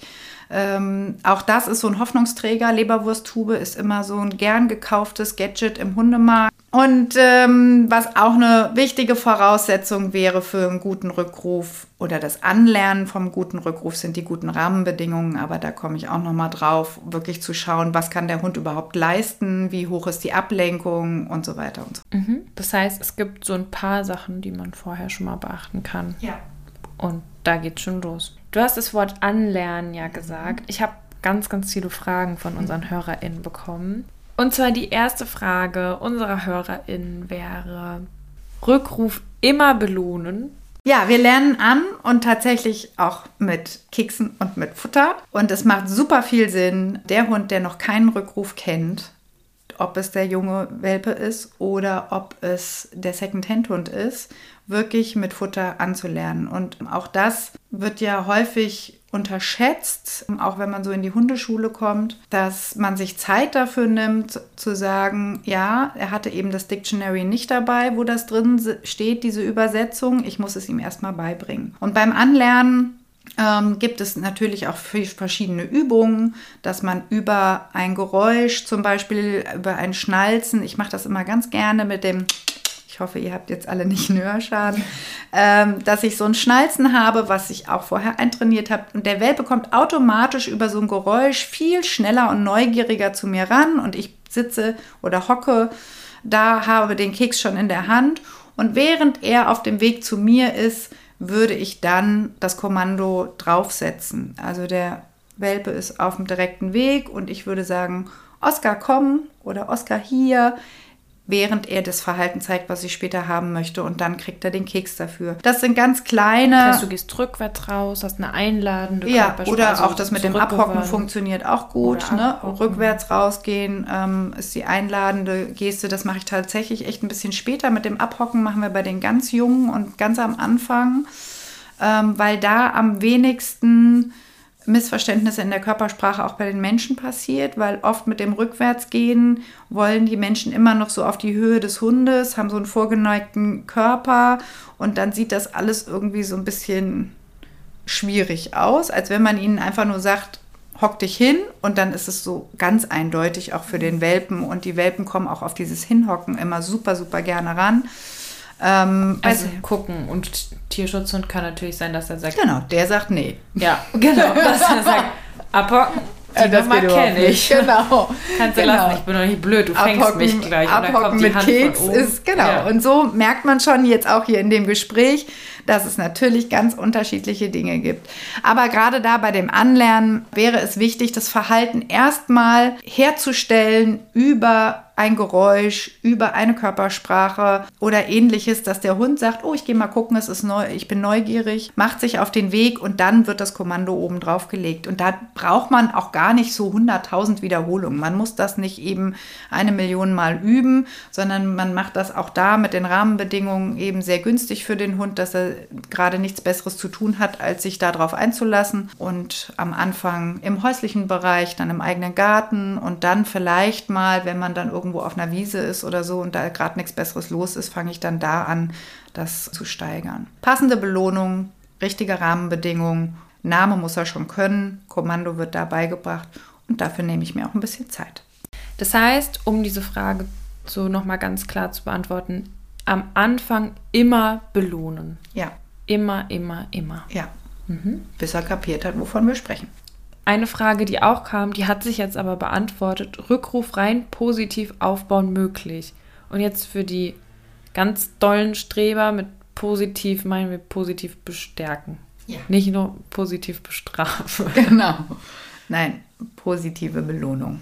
ähm, auch das ist so ein Hoffnungsträger. Leberwursttube ist immer so ein gern gekauftes Gadget im Hundemarkt. Und ähm, was auch eine wichtige Voraussetzung wäre für einen guten Rückruf oder das Anlernen vom guten Rückruf sind die guten Rahmenbedingungen. Aber da komme ich auch nochmal drauf, wirklich zu schauen, was kann der Hund überhaupt leisten, wie hoch ist die Ablenkung und so weiter und so. Mhm. Das heißt, es gibt so ein paar Sachen, die man vorher schon mal beachten kann. Ja. Und da geht's schon los. Du hast das Wort Anlernen ja gesagt. Ich habe ganz, ganz viele Fragen von unseren HörerInnen bekommen. Und zwar die erste Frage unserer HörerInnen wäre: Rückruf immer belohnen? Ja, wir lernen an und tatsächlich auch mit Keksen und mit Futter. Und es macht super viel Sinn, der Hund, der noch keinen Rückruf kennt, ob es der junge Welpe ist oder ob es der Second-Hand-Hund ist, wirklich mit Futter anzulernen. Und auch das wird ja häufig unterschätzt, auch wenn man so in die Hundeschule kommt, dass man sich Zeit dafür nimmt, zu sagen, ja, er hatte eben das Dictionary nicht dabei, wo das drin steht, diese Übersetzung. Ich muss es ihm erstmal beibringen. Und beim Anlernen Ähm, gibt es natürlich auch verschiedene Übungen, dass man über ein Geräusch, zum Beispiel über ein Schnalzen, ich mache das immer ganz gerne mit dem, ich hoffe, ihr habt jetzt alle nicht einen Hörschaden, ähm, dass ich so ein Schnalzen habe, was ich auch vorher eintrainiert habe. Und der Welpe kommt automatisch über so ein Geräusch viel schneller und neugieriger zu mir ran und ich sitze oder hocke da, habe den Keks schon in der Hand und während er auf dem Weg zu mir ist, würde ich dann das Kommando draufsetzen. Also der Welpe ist auf dem direkten Weg und ich würde sagen, Oskar, komm oder Oskar hier, während er das Verhalten zeigt, was ich später haben möchte und dann kriegt er den Keks dafür. Das sind ganz kleine... Das heißt, du gehst rückwärts raus, hast eine einladende Ja, Körpersprache, oder also auch das mit dem Abhocken funktioniert auch gut. Ne? Rückwärts rausgehen ähm, ist die einladende Geste. Das mache ich tatsächlich echt ein bisschen später. Mit dem Abhocken machen wir bei den ganz Jungen und ganz am Anfang, ähm, weil da am wenigsten Missverständnisse in der Körpersprache auch bei den Menschen passiert, weil oft mit dem Rückwärtsgehen wollen die Menschen immer noch so auf die Höhe des Hundes, haben so einen vorgeneigten Körper und dann sieht das alles irgendwie so ein bisschen schwierig aus, als wenn man ihnen einfach nur sagt, hock dich hin und dann ist es so ganz eindeutig auch für den Welpen und die Welpen kommen auch auf dieses Hinhocken immer super, super gerne ran. Ähm, also gucken und Tierschutzhund kann natürlich sein, dass er sagt... Genau, der sagt nee. Ja, genau, dass er sagt, abhocken, die das Nummer kenne ich. Genau. Kannst du genau. lassen, ich bin noch nicht blöd, du fängst abhocken, mich gleich. Abhocken mit Keks ist, genau. Ja. Und so merkt man schon jetzt auch hier in dem Gespräch, dass es natürlich ganz unterschiedliche Dinge gibt. Aber gerade da bei dem Anlernen wäre es wichtig, das Verhalten erstmal herzustellen über ein Geräusch, über eine Körpersprache oder ähnliches, dass der Hund sagt, oh, ich gehe mal gucken, es ist neu, ich bin neugierig, macht sich auf den Weg und dann wird das Kommando oben drauf gelegt. Und da braucht man auch gar nicht so hunderttausend Wiederholungen. Man muss das nicht eben eine Million Mal üben, sondern man macht das auch da mit den Rahmenbedingungen eben sehr günstig für den Hund, dass er gerade nichts Besseres zu tun hat, als sich darauf einzulassen. Und am Anfang im häuslichen Bereich, dann im eigenen Garten und dann vielleicht mal, wenn man dann irgendwo auf einer Wiese ist oder so und da gerade nichts Besseres los ist, fange ich dann da an, das zu steigern. Passende Belohnung, richtige Rahmenbedingungen, Name muss er schon können, Kommando wird da beigebracht und dafür nehme ich mir auch ein bisschen Zeit. Das heißt, um diese Frage so nochmal ganz klar zu beantworten, am Anfang immer belohnen. Ja. Immer, immer, immer. Ja. Mhm. Bis er kapiert hat, wovon wir sprechen. Eine Frage, die auch kam, die hat sich jetzt aber beantwortet. Rückruf rein positiv aufbauen möglich. Und jetzt für die ganz dollen Streber. Mit positiv meinen wir positiv bestärken. Ja. Nicht nur positiv bestrafen. Genau. Nein, positive Belohnung.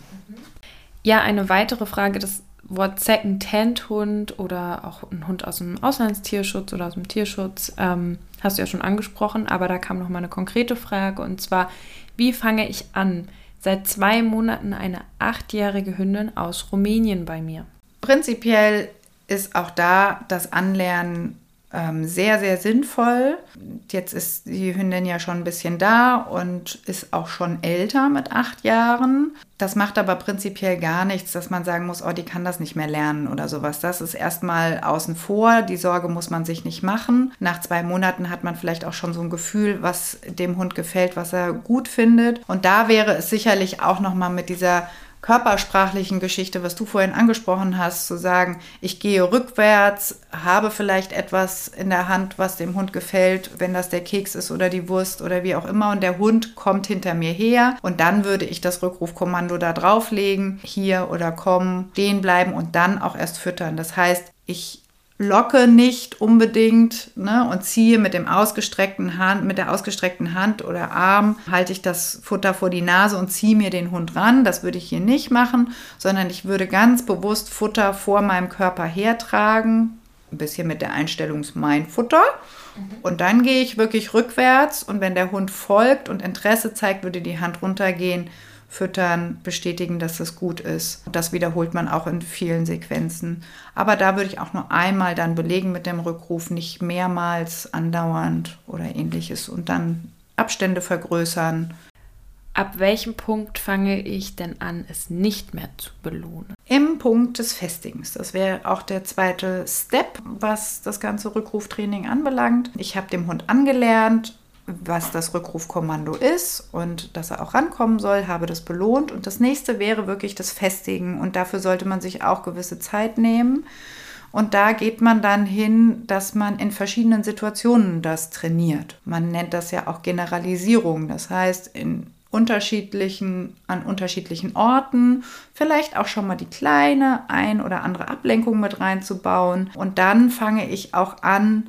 Ja, eine weitere Frage, das Wort Second-Hand-Hund oder auch ein Hund aus dem Auslandstierschutz oder aus dem Tierschutz, ähm, hast du ja schon angesprochen, aber da kam noch mal eine konkrete Frage und zwar, wie fange ich an? Seit zwei Monaten eine achtjährige Hündin aus Rumänien bei mir. Prinzipiell ist auch da das Anlernen ähm, sehr, sehr sinnvoll. Jetzt ist die Hündin ja schon ein bisschen da und ist auch schon älter mit acht Jahren. Das macht aber prinzipiell gar nichts, dass man sagen muss, oh, die kann das nicht mehr lernen oder sowas. Das ist erstmal außen vor. Die Sorge muss man sich nicht machen. Nach zwei Monaten hat man vielleicht auch schon so ein Gefühl, was dem Hund gefällt, was er gut findet. Und da wäre es sicherlich auch nochmal mit dieser körpersprachlichen Geschichte, was du vorhin angesprochen hast, zu sagen, ich gehe rückwärts, habe vielleicht etwas in der Hand, was dem Hund gefällt, wenn das der Keks ist oder die Wurst oder wie auch immer und der Hund kommt hinter mir her und dann würde ich das Rückrufkommando da drauflegen, hier oder komm, stehen bleiben und dann auch erst füttern. Das heißt, ich locke nicht unbedingt, ne, und ziehe mit dem ausgestreckten Hand, mit der ausgestreckten Hand oder Arm, halte ich das Futter vor die Nase und ziehe mir den Hund ran. Das würde ich hier nicht machen, sondern ich würde ganz bewusst Futter vor meinem Körper hertragen, ein bisschen mit der Einstellung mein Futter. Mhm. Und dann gehe ich wirklich rückwärts und wenn der Hund folgt und Interesse zeigt, würde die Hand runtergehen, füttern, bestätigen, dass das gut ist. Das wiederholt man auch in vielen Sequenzen. Aber da würde ich auch nur einmal dann belegen mit dem Rückruf, nicht mehrmals andauernd oder ähnliches und dann Abstände vergrößern. Ab welchem Punkt fange ich denn an, es nicht mehr zu belohnen? Im Punkt des Festigens. Das wäre auch der zweite Step, was das ganze Rückruftraining anbelangt. Ich habe dem Hund angelernt, was das Rückrufkommando ist und dass er auch rankommen soll, habe das belohnt. Und das nächste wäre wirklich das Festigen und dafür sollte man sich auch gewisse Zeit nehmen. Und da geht man dann hin, dass man in verschiedenen Situationen das trainiert. Man nennt das ja auch Generalisierung, das heißt in unterschiedlichen, an unterschiedlichen Orten, vielleicht auch schon mal die kleine ein oder andere Ablenkung mit reinzubauen. Und dann fange ich auch an,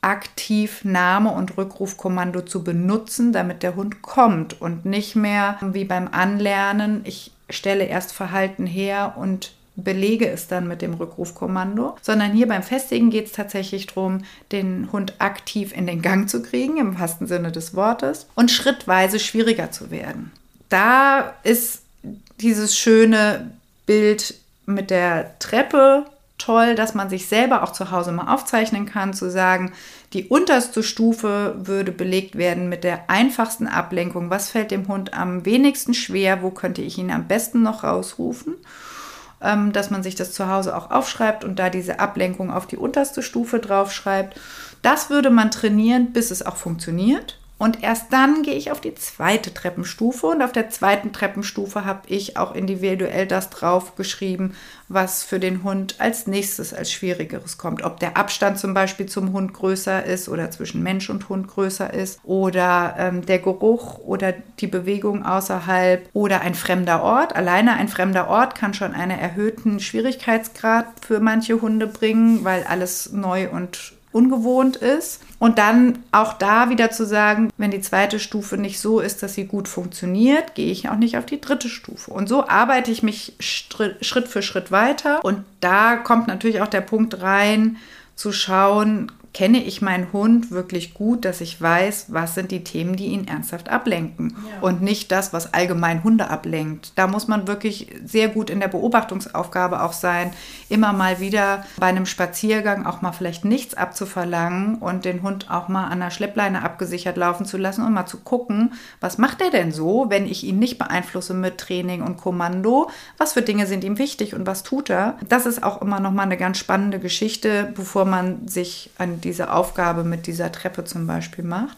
aktiv Name- und Rückrufkommando zu benutzen, damit der Hund kommt und nicht mehr wie beim Anlernen, ich stelle erst Verhalten her und belege es dann mit dem Rückrufkommando, sondern hier beim Festigen geht es tatsächlich darum, den Hund aktiv in den Gang zu kriegen, im wahrsten Sinne des Wortes, und schrittweise schwieriger zu werden. Da ist dieses schöne Bild mit der Treppe toll, dass man sich selber auch zu Hause mal aufzeichnen kann, zu sagen, die unterste Stufe würde belegt werden mit der einfachsten Ablenkung. Was fällt dem Hund am wenigsten schwer? Wo könnte ich ihn am besten noch rausrufen? Ähm, dass man sich das zu Hause auch aufschreibt und da diese Ablenkung auf die unterste Stufe draufschreibt. Das würde man trainieren, bis es auch funktioniert. Und erst dann gehe ich auf die zweite Treppenstufe und auf der zweiten Treppenstufe habe ich auch individuell das draufgeschrieben, was für den Hund als nächstes als Schwierigeres kommt. Ob der Abstand zum Beispiel zum Hund größer ist oder zwischen Mensch und Hund größer ist oder ähm, der Geruch oder die Bewegung außerhalb oder ein fremder Ort. Alleine ein fremder Ort kann schon einen erhöhten Schwierigkeitsgrad für manche Hunde bringen, weil alles neu und ungewohnt ist. Und dann auch da wieder zu sagen, wenn die zweite Stufe nicht so ist, dass sie gut funktioniert, gehe ich auch nicht auf die dritte Stufe. Und so arbeite ich mich Schritt für Schritt weiter. Und da kommt natürlich auch der Punkt rein, zu schauen, kenne ich meinen Hund wirklich gut, dass ich weiß, was sind die Themen, die ihn ernsthaft ablenken, ja, und nicht das, was allgemein Hunde ablenkt. Da muss man wirklich sehr gut in der Beobachtungsaufgabe auch sein, immer mal wieder bei einem Spaziergang auch mal vielleicht nichts abzuverlangen und den Hund auch mal an der Schleppleine abgesichert laufen zu lassen und mal zu gucken, was macht er denn so, wenn ich ihn nicht beeinflusse mit Training und Kommando, was für Dinge sind ihm wichtig und was tut er. Das ist auch immer noch mal eine ganz spannende Geschichte, bevor man sich an diese Aufgabe mit dieser Treppe zum Beispiel macht.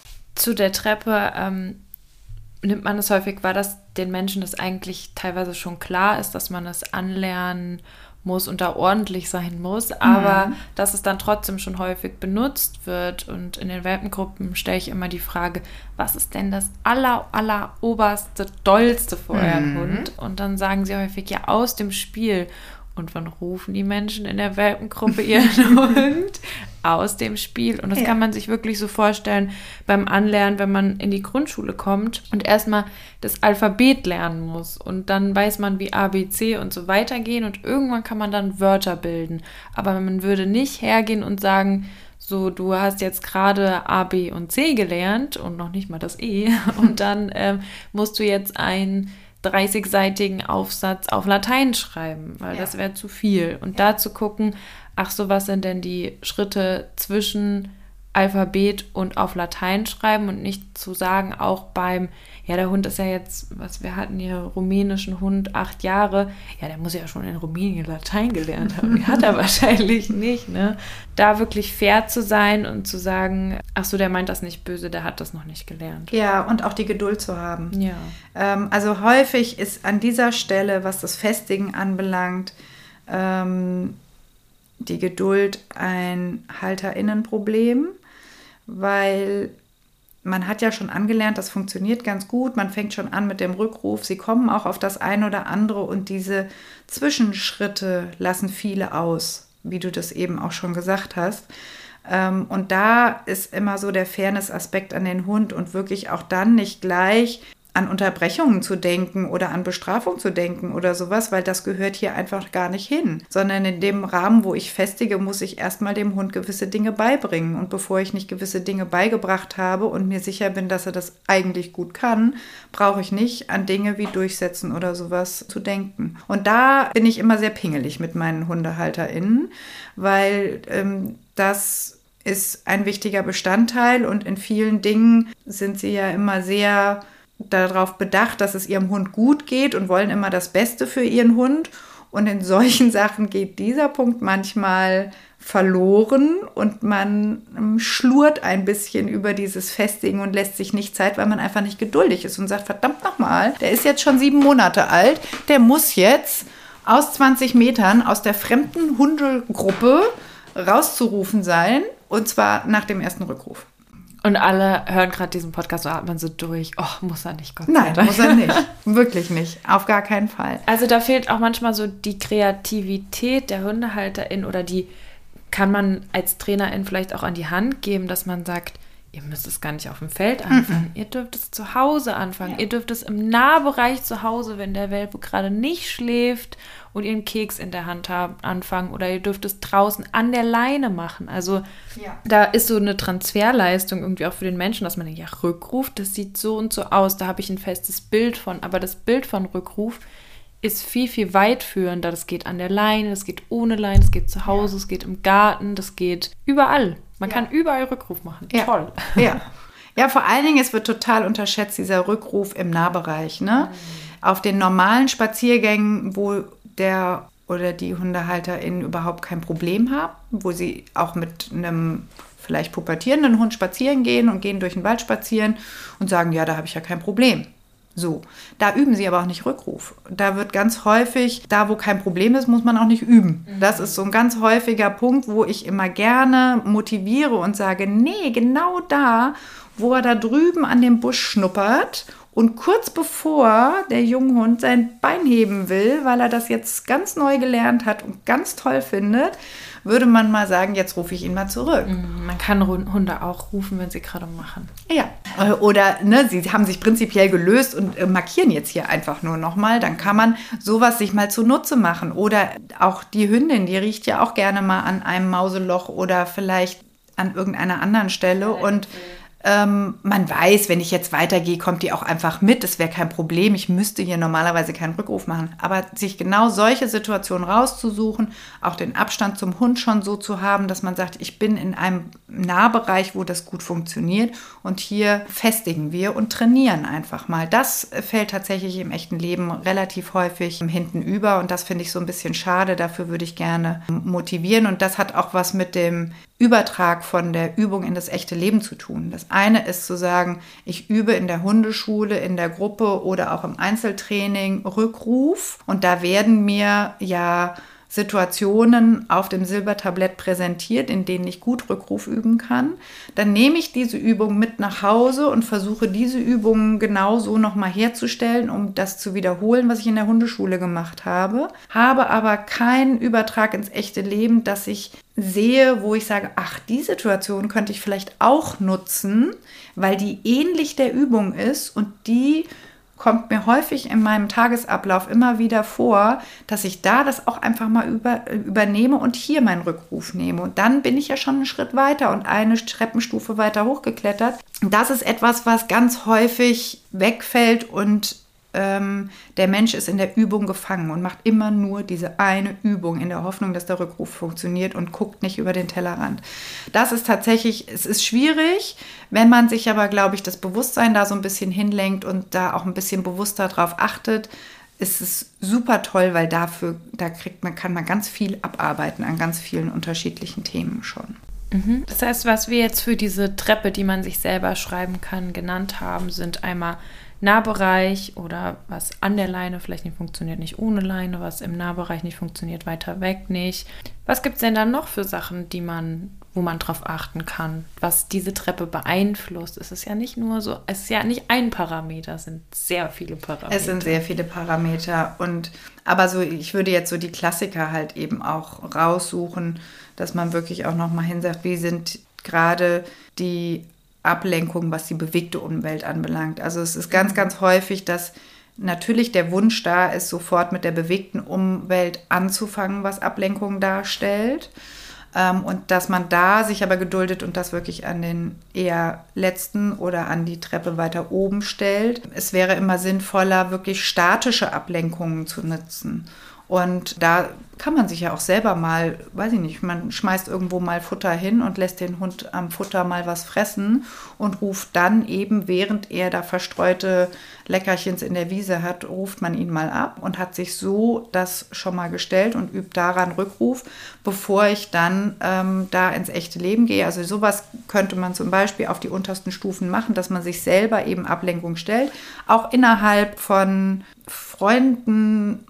Zu der Treppe ähm, nimmt man es häufig wahr, dass den Menschen das eigentlich teilweise schon klar ist, dass man es anlernen muss und da ordentlich sein muss, aber mhm. dass es dann trotzdem schon häufig benutzt wird. Und in den Welpengruppen stelle ich immer die Frage, was ist denn das aller, aller oberste, dollste für euren mhm. Hund? Und dann sagen sie häufig, ja, aus dem Spiel. Und wann rufen die Menschen in der Welpengruppe ihren Hund aus dem Spiel? Und das ja. kann man sich wirklich so vorstellen beim Anlernen, wenn man in die Grundschule kommt und erstmal das Alphabet lernen muss. Und dann weiß man, wie A, B, C und so weitergehen. Und irgendwann kann man dann Wörter bilden. Aber man würde nicht hergehen und sagen, so, du hast jetzt gerade A, B und C gelernt und noch nicht mal das E. Und dann ähm, musst du jetzt ein dreißigseitigen Aufsatz auf Latein schreiben, weil ja. das wäre zu viel. Und ja. da zu gucken, ach so, was sind denn die Schritte zwischen Alphabet und auf Latein schreiben und nicht zu sagen, auch beim, ja, der Hund ist ja jetzt, was wir hatten hier, rumänischen Hund, acht Jahre, ja, der muss ja schon in Rumänien Latein gelernt haben, die hat er wahrscheinlich nicht, ne? Da wirklich fair zu sein und zu sagen, ach so, der meint das nicht böse, der hat das noch nicht gelernt. Ja, und auch die Geduld zu haben. Ja. Ähm, also häufig ist an dieser Stelle, was das Festigen anbelangt, ähm, die Geduld ein HalterInnenproblem, weil man hat ja schon angelernt, das funktioniert ganz gut, man fängt schon an mit dem Rückruf, sie kommen auch auf das eine oder andere und diese Zwischenschritte lassen viele aus, wie du das eben auch schon gesagt hast. Und da ist immer so der Fairness-Aspekt an den Hund und wirklich auch dann nicht gleich an Unterbrechungen zu denken oder an Bestrafung zu denken oder sowas, weil das gehört hier einfach gar nicht hin. Sondern in dem Rahmen, wo ich festige, muss ich erstmal dem Hund gewisse Dinge beibringen. Und bevor ich nicht gewisse Dinge beigebracht habe und mir sicher bin, dass er das eigentlich gut kann, brauche ich nicht an Dinge wie Durchsetzen oder sowas zu denken. Und da bin ich immer sehr pingelig mit meinen HundehalterInnen, weil ähm, das ist ein wichtiger Bestandteil und in vielen Dingen sind sie ja immer sehr darauf bedacht, dass es ihrem Hund gut geht und wollen immer das Beste für ihren Hund. Und in solchen Sachen geht dieser Punkt manchmal verloren und man ähm, schlurrt ein bisschen über dieses Festigen und lässt sich nicht Zeit, weil man einfach nicht geduldig ist und sagt, verdammt nochmal, der ist jetzt schon sieben Monate alt, der muss jetzt aus zwanzig Metern aus der fremden Hundegruppe rauszurufen sein und zwar nach dem ersten Rückruf. Und alle hören gerade diesen Podcast, so atmen so durch. Oh, muss er nicht, Gott sei Nein, Dank. muss er nicht. Wirklich nicht. Auf gar keinen Fall. Also da fehlt auch manchmal so die Kreativität der Hundehalterin oder die kann man als Trainerin vielleicht auch an die Hand geben, dass man sagt, ihr müsst es gar nicht auf dem Feld anfangen. Mm-mm. Ihr dürft es zu Hause anfangen. Ja. Ihr dürft es im Nahbereich zu Hause, wenn der Welpe gerade nicht schläft und ihr einen Keks in der Hand habt, anfangen. Oder ihr dürft es draußen an der Leine machen. Also ja. da ist so eine Transferleistung irgendwie auch für den Menschen, dass man denkt, ja, Rückruf, das sieht so und so aus. Da habe ich ein festes Bild von. Aber das Bild von Rückruf ist viel, viel weitführender. Das geht an der Leine, das geht ohne Leine, das geht zu Hause, es ja. geht im Garten, das geht überall. Man ja. kann überall Rückruf machen. Ja. Toll. Ja. ja, vor allen Dingen, es wird total unterschätzt, dieser Rückruf im Nahbereich. Ne? Mhm. Auf den normalen Spaziergängen, wo der oder die HundehalterInnen überhaupt kein Problem haben, wo sie auch mit einem vielleicht pubertierenden Hund spazieren gehen und gehen durch den Wald spazieren und sagen, ja, da habe ich ja kein Problem. So, da üben sie aber auch nicht Rückruf. Da wird ganz häufig, da wo kein Problem ist, muss man auch nicht üben. Mhm. Das ist so ein ganz häufiger Punkt, wo ich immer gerne motiviere und sage, nee, genau da, wo er da drüben an dem Busch schnuppert und kurz bevor der Junghund sein Bein heben will, weil er das jetzt ganz neu gelernt hat und ganz toll findet, würde man mal sagen, jetzt rufe ich ihn mal zurück. Man kann Hunde auch rufen, wenn sie gerade machen. Ja, oder ne, sie haben sich prinzipiell gelöst und äh, markieren jetzt hier einfach nur nochmal. Dann kann man sowas sich mal zunutze machen. Oder auch die Hündin, die riecht ja auch gerne mal an einem Mauseloch oder vielleicht an irgendeiner anderen Stelle. Und ähm, man weiß, wenn ich jetzt weitergehe, kommt die auch einfach mit. Das wäre kein Problem. Ich müsste hier normalerweise keinen Rückruf machen. Aber sich genau solche Situationen rauszusuchen, auch den Abstand zum Hund schon so zu haben, dass man sagt, ich bin in einem Nahbereich, wo das gut funktioniert und hier festigen wir und trainieren einfach mal. Das fällt tatsächlich im echten Leben relativ häufig hinten über und das finde ich so ein bisschen schade. Dafür würde ich gerne motivieren und das hat auch was mit dem Übertrag von der Übung in das echte Leben zu tun. Das eine ist zu sagen, ich übe in der Hundeschule, in der Gruppe oder auch im Einzeltraining Rückruf und da werden mir ja Situationen auf dem Silbertablett präsentiert, in denen ich gut Rückruf üben kann. Dann nehme ich diese Übung mit nach Hause und versuche diese Übungen genauso nochmal herzustellen, um das zu wiederholen, was ich in der Hundeschule gemacht habe. Habe aber keinen Übertrag ins echte Leben, dass ich sehe, wo ich sage, ach, die Situation könnte ich vielleicht auch nutzen, weil die ähnlich der Übung ist und die kommt mir häufig in meinem Tagesablauf immer wieder vor, dass ich da das auch einfach mal über, übernehme und hier meinen Rückruf nehme. Und dann bin ich ja schon einen Schritt weiter und eine Treppenstufe weiter hochgeklettert. Das ist etwas, was ganz häufig wegfällt und ähm, der Mensch ist in der Übung gefangen und macht immer nur diese eine Übung in der Hoffnung, dass der Rückruf funktioniert und guckt nicht über den Tellerrand. Das ist tatsächlich, es ist schwierig, wenn man sich aber, glaube ich, das Bewusstsein da so ein bisschen hinlenkt und da auch ein bisschen bewusster drauf achtet, ist es super toll, weil dafür, da kriegt man, kann man ganz viel abarbeiten an ganz vielen unterschiedlichen Themen schon. Mhm. Das heißt, was wir jetzt für diese Treppe, die man sich selber schreiben kann, genannt haben, sind einmal Nahbereich oder was an der Leine vielleicht nicht funktioniert, nicht ohne Leine, was im Nahbereich nicht funktioniert, weiter weg nicht. Was gibt es denn dann noch für Sachen, die man, wo man drauf achten kann, was diese Treppe beeinflusst? Es ist ja nicht nur so, es ist ja nicht ein Parameter, es sind sehr viele Parameter. Es sind sehr viele Parameter und aber so, ich würde jetzt so die Klassiker halt eben auch raussuchen, dass man wirklich auch nochmal hinsagt, wie sind gerade die Ablenkung, was die bewegte Umwelt anbelangt. Also es ist ganz, ganz häufig, dass natürlich der Wunsch da ist, sofort mit der bewegten Umwelt anzufangen, was Ablenkung darstellt. Ähm, und dass man da sich aber geduldet und das wirklich an den eher letzten oder an die Treppe weiter oben stellt. Es wäre immer sinnvoller, wirklich statische Ablenkungen zu nutzen. Und da kann man sich ja auch selber mal, weiß ich nicht, man schmeißt irgendwo mal Futter hin und lässt den Hund am Futter mal was fressen und ruft dann eben, während er da verstreute Leckerchens in der Wiese hat, ruft man ihn mal ab und hat sich so das schon mal gestellt und übt daran Rückruf, bevor ich dann ähm, da ins echte Leben gehe. Also sowas könnte man zum Beispiel auf die untersten Stufen machen, dass man sich selber eben Ablenkung stellt, auch innerhalb von Freunden,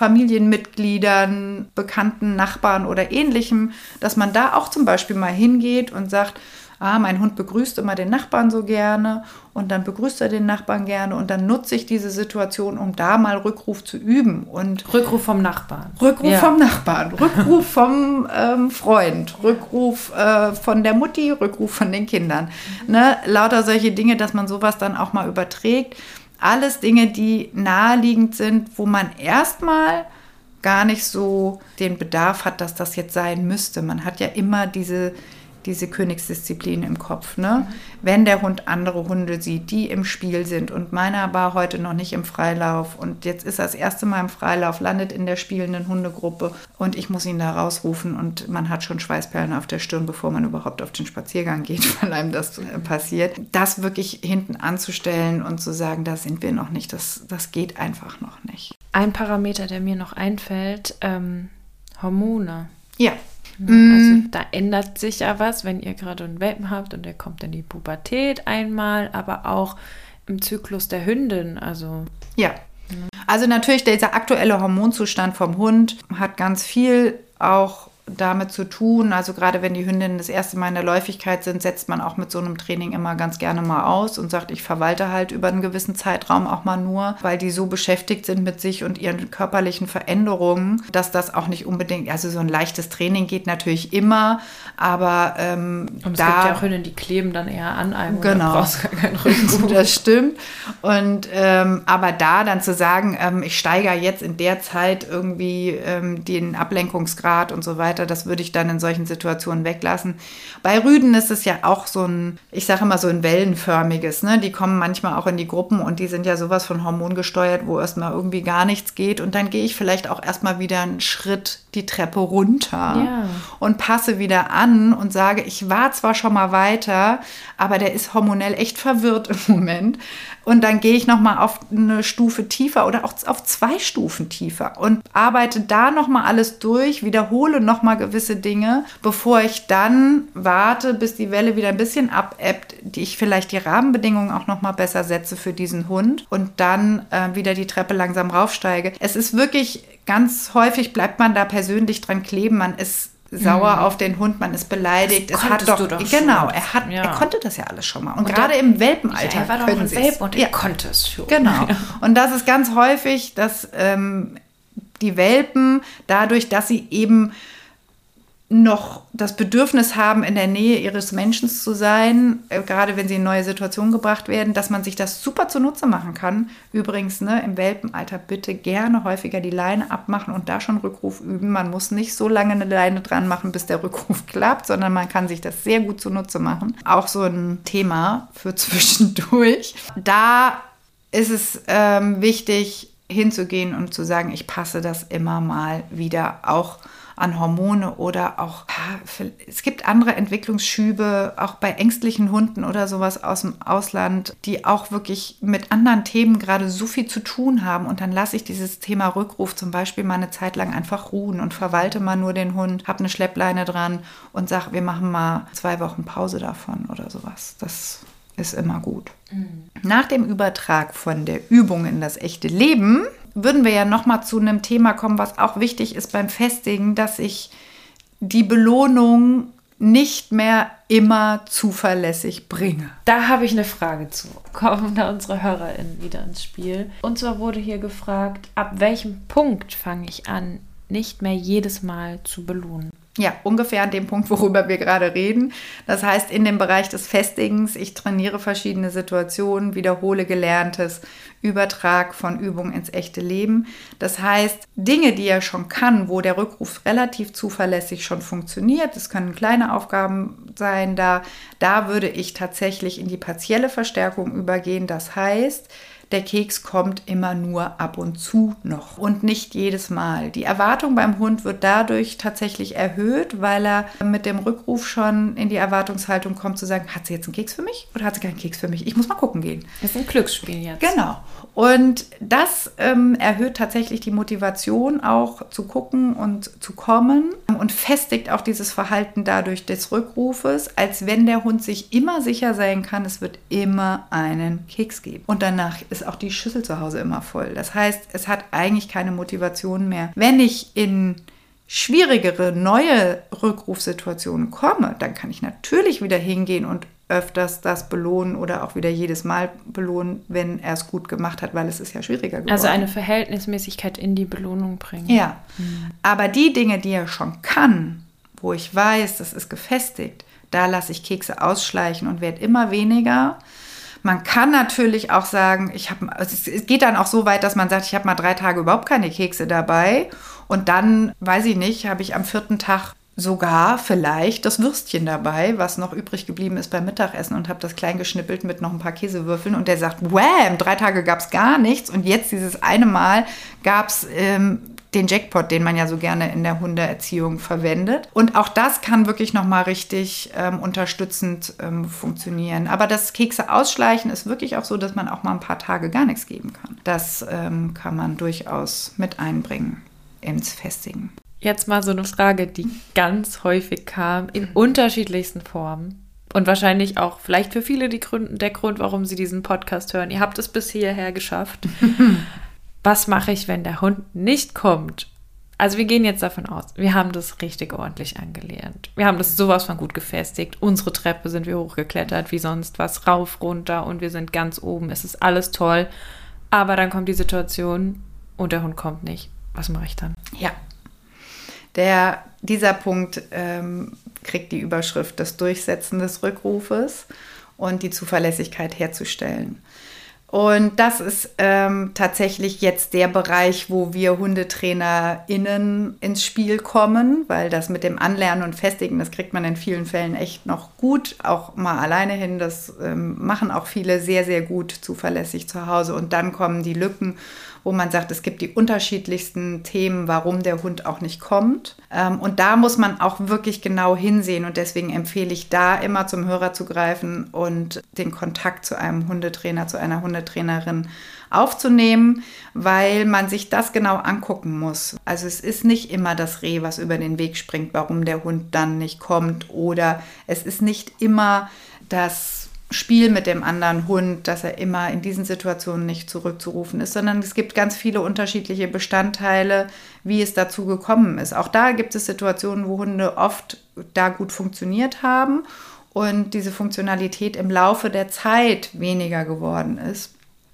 Familienmitgliedern, bekannten Nachbarn oder Ähnlichem, dass man da auch zum Beispiel mal hingeht und sagt, ah, mein Hund begrüßt immer den Nachbarn so gerne und dann begrüßt er den Nachbarn gerne und dann nutze ich diese Situation, um da mal Rückruf zu üben. Und Rückruf vom Nachbarn. Rückruf ja. vom Nachbarn, Rückruf vom ähm, Freund, Rückruf äh, von der Mutti, Rückruf von den Kindern. Ne? Lauter solche Dinge, dass man sowas dann auch mal überträgt. Alles Dinge, die naheliegend sind, wo man erstmal gar nicht so den Bedarf hat, dass das jetzt sein müsste. Man hat ja immer diese, diese Königsdisziplin im Kopf, ne? Wenn der Hund andere Hunde sieht, die im Spiel sind und meiner war heute noch nicht im Freilauf und jetzt ist er das erste Mal im Freilauf, landet in der spielenden Hundegruppe und ich muss ihn da rausrufen und man hat schon Schweißperlen auf der Stirn, bevor man überhaupt auf den Spaziergang geht, weil einem das äh, passiert. Das wirklich hinten anzustellen und zu sagen, da sind wir noch nicht, das, das geht einfach noch nicht. Ein Parameter, der mir noch einfällt, ähm, Hormone. Ja. Also da ändert sich ja was, wenn ihr gerade einen Welpen habt und der kommt in die Pubertät einmal, aber auch im Zyklus der Hündin. Also ja, also natürlich dieser aktuelle Hormonzustand vom Hund hat ganz viel auch damit zu tun. Also gerade wenn die Hündinnen das erste Mal in der Läufigkeit sind, setzt man auch mit so einem Training immer ganz gerne mal aus und sagt, ich verwalte halt über einen gewissen Zeitraum auch mal nur, weil die so beschäftigt sind mit sich und ihren körperlichen Veränderungen, dass das auch nicht unbedingt, also so ein leichtes Training geht natürlich immer, aber ähm, und es da, gibt ja auch Hündinnen, die kleben dann eher an einem genau. und brauchst gar keinen Rückruf. Das stimmt. Und ähm, aber da dann zu sagen, ähm, ich steigere jetzt in der Zeit irgendwie ähm, den Ablenkungsgrad und so weiter, das würde ich dann in solchen Situationen weglassen. Bei Rüden ist es ja auch so ein, ich sage immer so ein wellenförmiges, ne? Die kommen manchmal auch in die Gruppen und die sind ja sowas von hormongesteuert, wo erstmal irgendwie gar nichts geht und dann gehe ich vielleicht auch erstmal wieder einen Schritt die Treppe runter ja. und passe wieder an und sage, ich war zwar schon mal weiter, aber der ist hormonell echt verwirrt im Moment. Und dann gehe ich nochmal auf eine Stufe tiefer oder auch auf zwei Stufen tiefer und arbeite da nochmal alles durch, wiederhole nochmal nochmal gewisse Dinge, bevor ich dann warte, bis die Welle wieder ein bisschen abebbt, die ich vielleicht die Rahmenbedingungen auch nochmal besser setze für diesen Hund und dann äh, wieder die Treppe langsam raufsteige. Es ist wirklich ganz häufig, bleibt man da persönlich dran kleben, man ist sauer mhm. auf den Hund, man ist beleidigt. Es hat doch, du doch genau, schon. er hat, ja. er konnte das ja alles schon mal. Und, und gerade der, im Welpenalter ja, er war doch können ein sie Welpe und er ja. konnte es schon. Genau. Ja. Und das ist ganz häufig, dass ähm, die Welpen dadurch, dass sie eben noch das Bedürfnis haben, in der Nähe ihres Menschen zu sein, äh, gerade wenn sie in neue Situationen gebracht werden, dass man sich das super zunutze machen kann. Übrigens, ne, im Welpenalter bitte gerne häufiger die Leine abmachen und da schon Rückruf üben. Man muss nicht so lange eine Leine dran machen, bis der Rückruf klappt, sondern man kann sich das sehr gut zunutze machen. Auch so ein Thema für zwischendurch. Da ist es ähm, wichtig, hinzugehen und zu sagen, ich passe das immer mal wieder auch an Hormone oder auch, ja, es gibt andere Entwicklungsschübe, auch bei ängstlichen Hunden oder sowas aus dem Ausland, die auch wirklich mit anderen Themen gerade so viel zu tun haben. Und dann lasse ich dieses Thema Rückruf zum Beispiel mal eine Zeit lang einfach ruhen und verwalte mal nur den Hund, habe eine Schleppleine dran und sage, wir machen mal zwei Wochen Pause davon oder sowas. Das ist immer gut. Mhm. Nach dem Übertrag von der Übung in das echte Leben würden wir ja nochmal zu einem Thema kommen, was auch wichtig ist beim Festigen, dass ich die Belohnung nicht mehr immer zuverlässig bringe. Da habe ich eine Frage zu. Kommen da unsere HörerInnen wieder ins Spiel. Und zwar wurde hier gefragt, ab welchem Punkt fange ich an, nicht mehr jedes Mal zu belohnen? Ja, ungefähr an dem Punkt, worüber wir gerade reden. Das heißt, in dem Bereich des Festigens, ich trainiere verschiedene Situationen, wiederhole Gelerntes, Übertrag von Übung ins echte Leben. Das heißt, Dinge, die er schon kann, wo der Rückruf relativ zuverlässig schon funktioniert, das können kleine Aufgaben sein, da, da würde ich tatsächlich in die partielle Verstärkung übergehen. Das heißt, der Keks kommt immer nur ab und zu noch und nicht jedes Mal. Die Erwartung beim Hund wird dadurch tatsächlich erhöht, weil er mit dem Rückruf schon in die Erwartungshaltung kommt, zu sagen, hat sie jetzt einen Keks für mich oder hat sie keinen Keks für mich? Ich muss mal gucken gehen. Das ist ein Glücksspiel jetzt. Genau. Und das ähm, erhöht tatsächlich die Motivation auch zu gucken und zu kommen und festigt auch dieses Verhalten dadurch des Rückrufes, als wenn der Hund sich immer sicher sein kann, es wird immer einen Keks geben. Und danach ist auch die Schüssel zu Hause immer voll. Das heißt, es hat eigentlich keine Motivation mehr. Wenn ich in schwierigere, neue Rückrufsituationen komme, dann kann ich natürlich wieder hingehen und öfters das belohnen oder auch wieder jedes Mal belohnen, wenn er es gut gemacht hat, weil es ist ja schwieriger geworden. Also eine Verhältnismäßigkeit in die Belohnung bringen. Ja, mhm. aber die Dinge, die er schon kann, wo ich weiß, das ist gefestigt, da lasse ich Kekse ausschleichen und werde immer weniger. Man kann natürlich auch sagen, ich habe, es geht dann auch so weit, dass man sagt, ich habe mal drei Tage überhaupt keine Kekse dabei und dann, weiß ich nicht, habe ich am vierten Tag sogar vielleicht das Würstchen dabei, was noch übrig geblieben ist beim Mittagessen und habe das klein geschnippelt mit noch ein paar Käsewürfeln und der sagt, wham, drei Tage gab es gar nichts und jetzt dieses eine Mal gab es ähm, den Jackpot, den man ja so gerne in der Hundeerziehung verwendet. Und auch das kann wirklich nochmal richtig ähm, unterstützend ähm, funktionieren. Aber das Kekse ausschleichen ist wirklich auch so, dass man auch mal ein paar Tage gar nichts geben kann. Das ähm, kann man durchaus mit einbringen ins Festigen. Jetzt mal so eine Frage, die ganz häufig kam, in unterschiedlichsten Formen. Und wahrscheinlich auch vielleicht für viele die Grund, der Grund, warum sie diesen Podcast hören. Ihr habt es bis hierher geschafft. Was mache ich, wenn der Hund nicht kommt? Also wir gehen jetzt davon aus, wir haben das richtig ordentlich angelernt. Wir haben das sowas von gut gefestigt. Unsere Treppe sind wir hochgeklettert, wie sonst was, rauf, runter und wir sind ganz oben. Es ist alles toll. Aber dann kommt die Situation und der Hund kommt nicht. Was mache ich dann? Ja, der, dieser Punkt ähm, kriegt die Überschrift das Durchsetzen des Rückrufes und die Zuverlässigkeit herzustellen. Und das ist ähm, tatsächlich jetzt der Bereich, wo wir HundetrainerInnen ins Spiel kommen, weil das mit dem Anlernen und Festigen, das kriegt man in vielen Fällen echt noch gut, auch mal alleine hin. Das ähm, machen auch viele sehr, sehr gut zuverlässig zu Hause. Und dann kommen die Lücken, wo man sagt, es gibt die unterschiedlichsten Themen, warum der Hund auch nicht kommt. Und da muss man auch wirklich genau hinsehen und deswegen empfehle ich da immer zum Hörer zu greifen und den Kontakt zu einem Hundetrainer, zu einer Hundetrainerin aufzunehmen, weil man sich das genau angucken muss. Also es ist nicht immer das Reh, was über den Weg springt, warum der Hund dann nicht kommt, oder es ist nicht immer das Spiel mit dem anderen Hund, dass er immer in diesen Situationen nicht zurückzurufen ist, sondern es gibt ganz viele unterschiedliche Bestandteile, wie es dazu gekommen ist. Auch da gibt es Situationen, wo Hunde oft da gut funktioniert haben und diese Funktionalität im Laufe der Zeit weniger geworden ist.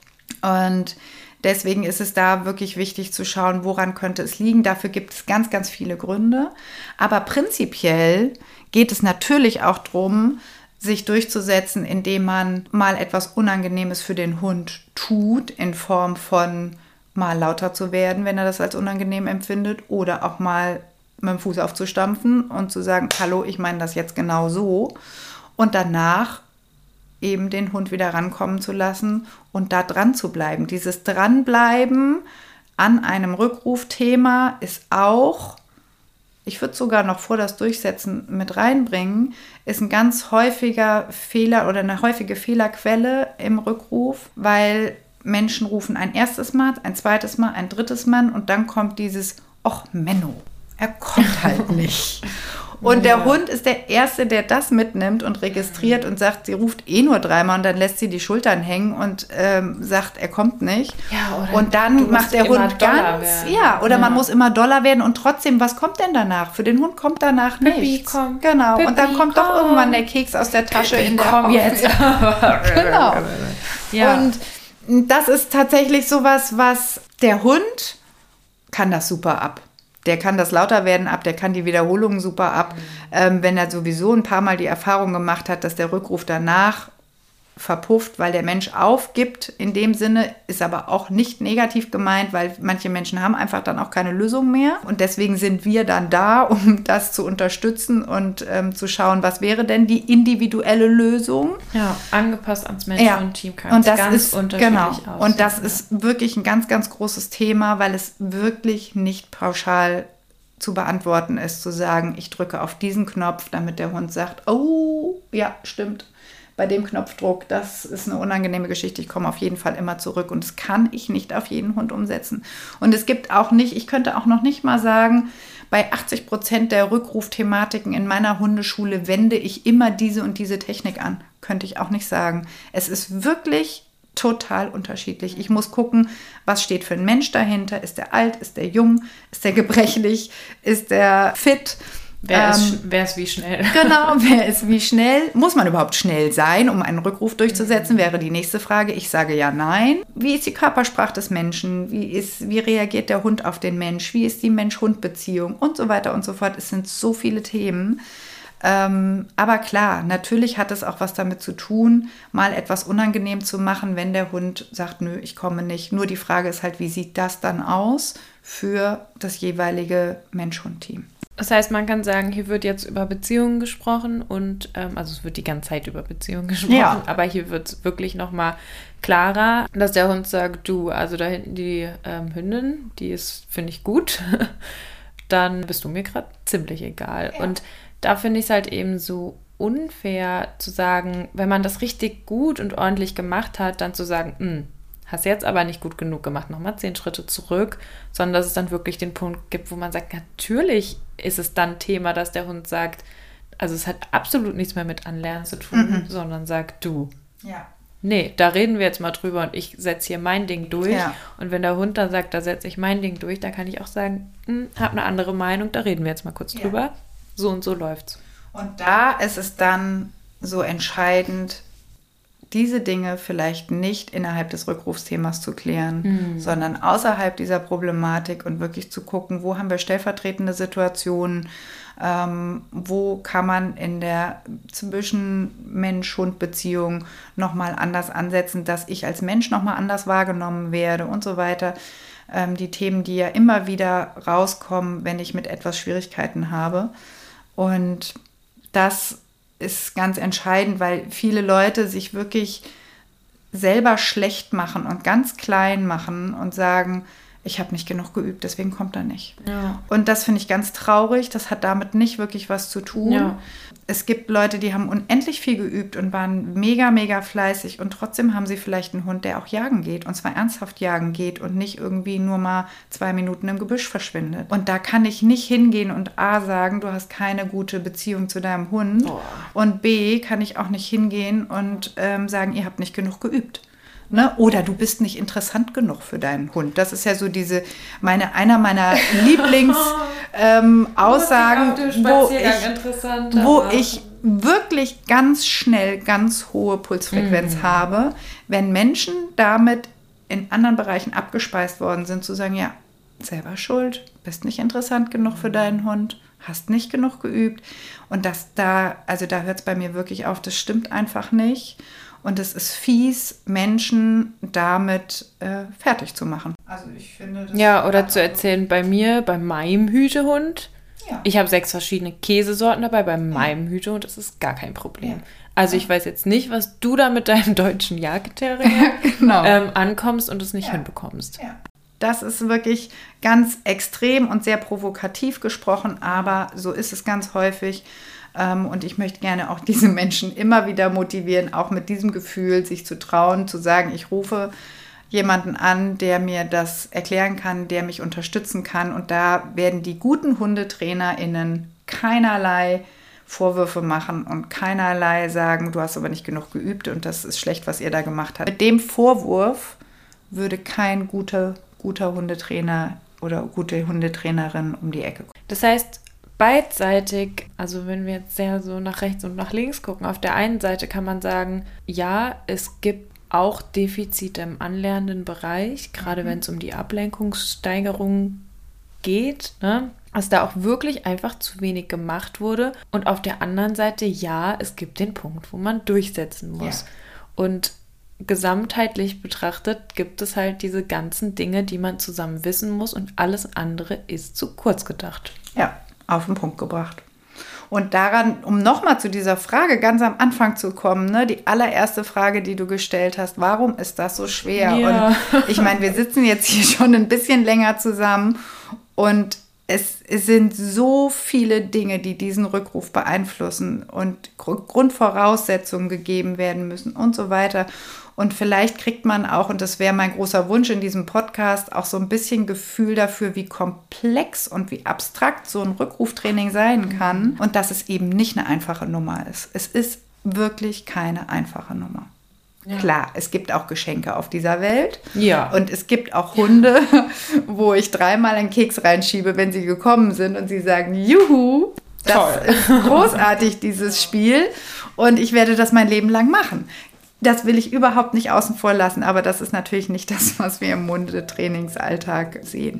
Und deswegen ist es da wirklich wichtig zu schauen, woran könnte es liegen. Dafür gibt es ganz, ganz viele Gründe. Aber prinzipiell geht es natürlich auch darum, sich durchzusetzen, indem man mal etwas Unangenehmes für den Hund tut, in Form von mal lauter zu werden, wenn er das als unangenehm empfindet, oder auch mal mit dem Fuß aufzustampfen und zu sagen, hallo, ich meine das jetzt genau so. Und danach eben den Hund wieder rankommen zu lassen und da dran zu bleiben. Dieses Dranbleiben an einem Rückrufthema ist auch, ich würde sogar noch vor das Durchsetzen mit reinbringen, ist ein ganz häufiger Fehler oder eine häufige Fehlerquelle im Rückruf, weil Menschen rufen ein erstes Mal, ein zweites Mal, ein drittes Mal und dann kommt dieses, ach Menno, er kommt halt nicht. Und der ja. Hund ist der Erste, der das mitnimmt und registriert und sagt, sie ruft eh nur dreimal und dann lässt sie die Schultern hängen und ähm, sagt, er kommt nicht. Ja, oder und dann macht der Hund ganz, werden. ja, oder ja. man muss immer doller werden und trotzdem, was kommt denn danach? Für den Hund kommt danach Pippi, nichts. Komm. Genau, Pippi, und dann kommt komm. doch irgendwann der Keks aus der Tasche Pippi, in der komm jetzt. Genau. Ja. Und das ist tatsächlich sowas, was der Hund kann das super ab. Der kann das lauter werden ab, der kann die Wiederholungen super ab. Mhm. Ähm, wenn er sowieso ein paar Mal die Erfahrung gemacht hat, dass der Rückruf danach verpufft, weil der Mensch aufgibt. In dem Sinne ist aber auch nicht negativ gemeint, weil manche Menschen haben einfach dann auch keine Lösung mehr. Und deswegen sind wir dann da, um das zu unterstützen und ähm, zu schauen, was wäre denn die individuelle Lösung. Ja, angepasst ans Menschen ja. und Team kann und das ganz ist, unterschiedlich genau. aussehen. Und das ja. ist wirklich ein ganz, ganz großes Thema, weil es wirklich nicht pauschal zu beantworten ist, zu sagen, ich drücke auf diesen Knopf, damit der Hund sagt, oh, ja, stimmt. Bei dem Knopfdruck, das ist eine unangenehme Geschichte, ich komme auf jeden Fall immer zurück und das kann ich nicht auf jeden Hund umsetzen. Und es gibt auch nicht, ich könnte auch noch nicht mal sagen, bei achtzig Prozent der Rückrufthematiken in meiner Hundeschule wende ich immer diese und diese Technik an. Könnte ich auch nicht sagen. Es ist wirklich total unterschiedlich. Ich muss gucken, was steht für ein Mensch dahinter. Ist der alt, ist der jung, ist der gebrechlich, ist der fit? Wer, ähm, ist, wer ist wie schnell? Genau, wer ist wie schnell? Muss man überhaupt schnell sein, um einen Rückruf durchzusetzen, wäre die nächste Frage. Ich sage ja, nein. Wie ist die Körpersprache des Menschen? Wie, ist, wie reagiert der Hund auf den Mensch? Wie ist die Mensch-Hund-Beziehung? Und so weiter und so fort. Es sind so viele Themen. Ähm, aber klar, natürlich hat es auch was damit zu tun, mal etwas unangenehm zu machen, wenn der Hund sagt, nö, ich komme nicht. Nur die Frage ist halt, wie sieht das dann aus für das jeweilige Mensch-Hund-Team? Das heißt, man kann sagen, hier wird jetzt über Beziehungen gesprochen und, ähm, also es wird die ganze Zeit über Beziehungen gesprochen, ja. aber hier wird es wirklich nochmal klarer, dass der Hund sagt, du, also da hinten die ähm, Hündin, die ist, finde ich, gut, dann bist du mir gerade ziemlich egal. Ja. Und da finde ich es halt eben so unfair zu sagen, wenn man das richtig gut und ordentlich gemacht hat, dann zu sagen, mh, hast jetzt aber nicht gut genug gemacht, nochmal zehn Schritte zurück, sondern dass es dann wirklich den Punkt gibt, wo man sagt, natürlich ist es dann Thema, dass der Hund sagt, also es hat absolut nichts mehr mit Anlernen zu tun, mhm. sondern sagt, du, ja. nee, da reden wir jetzt mal drüber und ich setze hier mein Ding durch. Ja. Und wenn der Hund dann sagt, da setze ich mein Ding durch, dann kann ich auch sagen, habe eine andere Meinung, da reden wir jetzt mal kurz ja. drüber. So und so läuft's. Und da ist es dann so entscheidend, diese Dinge vielleicht nicht innerhalb des Rückrufsthemas zu klären, mhm. sondern außerhalb dieser Problematik und wirklich zu gucken, wo haben wir stellvertretende Situationen, ähm, wo kann man in der zwischen Mensch-Hund-Beziehung nochmal anders ansetzen, dass ich als Mensch nochmal anders wahrgenommen werde und so weiter. Ähm, die Themen, die ja immer wieder rauskommen, wenn ich mit etwas Schwierigkeiten habe. Und das ist ganz entscheidend, weil viele Leute sich wirklich selber schlecht machen und ganz klein machen und sagen, ich habe nicht genug geübt, deswegen kommt er nicht. Ja. Und das finde ich ganz traurig. Das hat damit nicht wirklich was zu tun. Ja. Es gibt Leute, die haben unendlich viel geübt und waren mega, mega fleißig und trotzdem haben sie vielleicht einen Hund, der auch jagen geht und zwar ernsthaft jagen geht und nicht irgendwie nur mal zwei Minuten im Gebüsch verschwindet. Und da kann ich nicht hingehen und A sagen, du hast keine gute Beziehung zu deinem Hund Oh. und B kann ich auch nicht hingehen und ähm, sagen, ihr habt nicht genug geübt. Ne? Oder du bist nicht interessant genug für deinen Hund. Das ist ja so diese, meine, einer meiner Lieblingsaussagen, ähm, wo, ich, wo ich wirklich ganz schnell ganz hohe Pulsfrequenz mm. habe, wenn Menschen damit in anderen Bereichen abgespeist worden sind, zu sagen, ja, selber schuld, bist nicht interessant genug für deinen Hund, hast nicht genug geübt. Und das da, also da hört es bei mir wirklich auf, das stimmt einfach nicht. Und es ist fies, Menschen damit äh, fertig zu machen. Also ich finde das ja, oder zu erzählen, bei mir, bei meinem Hütehund, ja. ich habe sechs verschiedene Käsesorten dabei, bei meinem ja. Hütehund ist es gar kein Problem. Ja. Also ich weiß jetzt nicht, was du da mit deinem deutschen Jagdterrier ja, genau. ähm, ankommst und es nicht ja. hinbekommst. Ja. Das ist wirklich ganz extrem und sehr provokativ gesprochen, aber so ist es ganz häufig. Und ich möchte gerne auch diese Menschen immer wieder motivieren, auch mit diesem Gefühl, sich zu trauen, zu sagen, ich rufe jemanden an, der mir das erklären kann, der mich unterstützen kann. Und da werden die guten HundetrainerInnen keinerlei Vorwürfe machen und keinerlei sagen, du hast aber nicht genug geübt und das ist schlecht, was ihr da gemacht habt. Mit dem Vorwurf würde kein guter, guter Hundetrainer oder gute Hundetrainerin um die Ecke kommen. Das heißt, beidseitig, also wenn wir jetzt sehr so nach rechts und nach links gucken, auf der einen Seite kann man sagen, ja, es gibt auch Defizite im anlernenden Bereich, gerade mhm. wenn es um die Ablenkungssteigerung geht, ne? Dass da auch wirklich einfach zu wenig gemacht wurde. Und auf der anderen Seite, ja, es gibt den Punkt, wo man durchsetzen muss. Ja. Und gesamtheitlich betrachtet gibt es halt diese ganzen Dinge, die man zusammen wissen muss und alles andere ist zu kurz gedacht. Ja. Auf den Punkt gebracht. Und daran, um nochmal zu dieser Frage ganz am Anfang zu kommen, ne, die allererste Frage, die du gestellt hast, warum ist das so schwer? Ja. Und ich meine, wir sitzen jetzt hier schon ein bisschen länger zusammen und es, es sind so viele Dinge, die diesen Rückruf beeinflussen und Grundvoraussetzungen gegeben werden müssen und so weiter. Und vielleicht kriegt man auch, und das wäre mein großer Wunsch in diesem Podcast, auch so ein bisschen Gefühl dafür, wie komplex und wie abstrakt so ein Rückruftraining sein kann. Und dass es eben nicht eine einfache Nummer ist. Es ist wirklich keine einfache Nummer. Ja. Klar, es gibt auch Geschenke auf dieser Welt. Ja. Und es gibt auch Hunde, wo ich dreimal einen Keks reinschiebe, wenn sie gekommen sind und sie sagen, juhu, das Toll. Ist großartig, dieses Spiel. Und ich werde das mein Leben lang machen. Das will ich überhaupt nicht außen vor lassen, aber das ist natürlich nicht das, was wir im Hundetrainingsalltag sehen.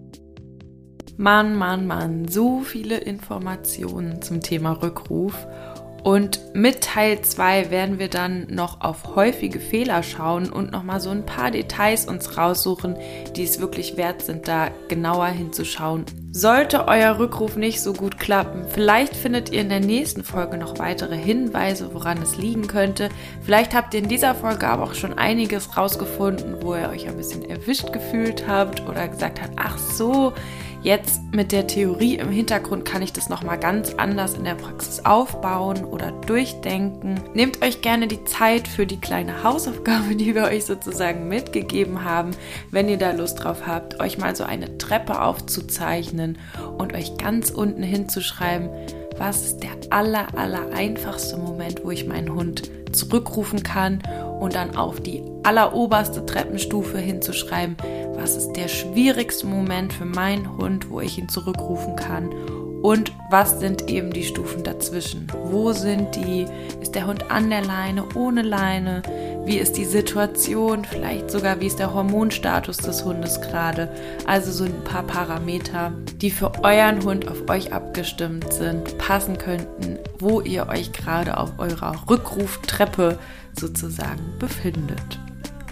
Mann, Mann, Mann, so viele Informationen zum Thema Rückruf. Und mit Teil zwei werden wir dann noch auf häufige Fehler schauen und nochmal so ein paar Details uns raussuchen, die es wirklich wert sind, da genauer hinzuschauen. Sollte euer Rückruf nicht so gut klappen, vielleicht findet ihr in der nächsten Folge noch weitere Hinweise, woran es liegen könnte. Vielleicht habt ihr in dieser Folge aber auch schon einiges rausgefunden, wo ihr euch ein bisschen erwischt gefühlt habt oder gesagt habt, ach so, jetzt mit der Theorie im Hintergrund kann ich das nochmal ganz anders in der Praxis aufbauen oder durchdenken. Nehmt euch gerne die Zeit für die kleine Hausaufgabe, die wir euch sozusagen mitgegeben haben, wenn ihr da Lust drauf habt, euch mal so eine Treppe aufzuzeichnen und euch ganz unten hinzuschreiben, was ist der aller, aller einfachste Moment, wo ich meinen Hund zurückrufen kann und dann auf die alleroberste Treppenstufe hinzuschreiben, was ist der schwierigste Moment für meinen Hund, wo ich ihn zurückrufen kann und was sind eben die Stufen dazwischen. Wo sind die? Ist der Hund an der Leine, ohne Leine? Wie ist die Situation? Vielleicht sogar, wie ist der Hormonstatus des Hundes gerade? Also so ein paar Parameter, die für euren Hund auf euch abgestimmt sind, passen könnten, wo ihr euch gerade auf eurer Rückruftreppe sozusagen befindet.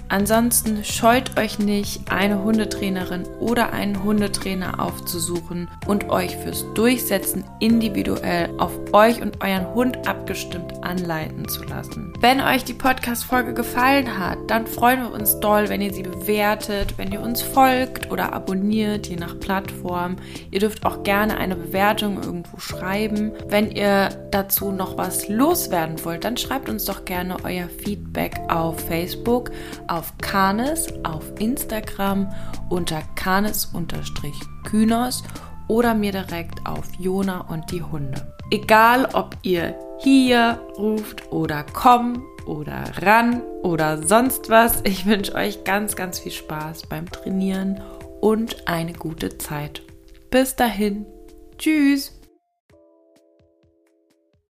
Ansonsten scheut euch nicht, eine Hundetrainerin oder einen Hundetrainer aufzusuchen und euch fürs Durchsetzen individuell auf euch und euren Hund abgestimmt anleiten zu lassen. Wenn euch die Podcast-Folge gefallen hat, dann freuen wir uns doll, wenn ihr sie bewertet, wenn ihr uns folgt oder abonniert, je nach Plattform. Ihr dürft auch gerne eine Bewertung irgendwo schreiben. Wenn ihr dazu noch was loswerden wollt, dann schreibt uns doch gerne euer Feedback auf Facebook, auf Canis, auf Instagram unter Canis-Kynos oder mir direkt auf Jona und die Hunde. Egal, ob ihr hier ruft oder komm oder ran oder sonst was, ich wünsche euch ganz, ganz viel Spaß beim Trainieren und eine gute Zeit. Bis dahin, tschüss!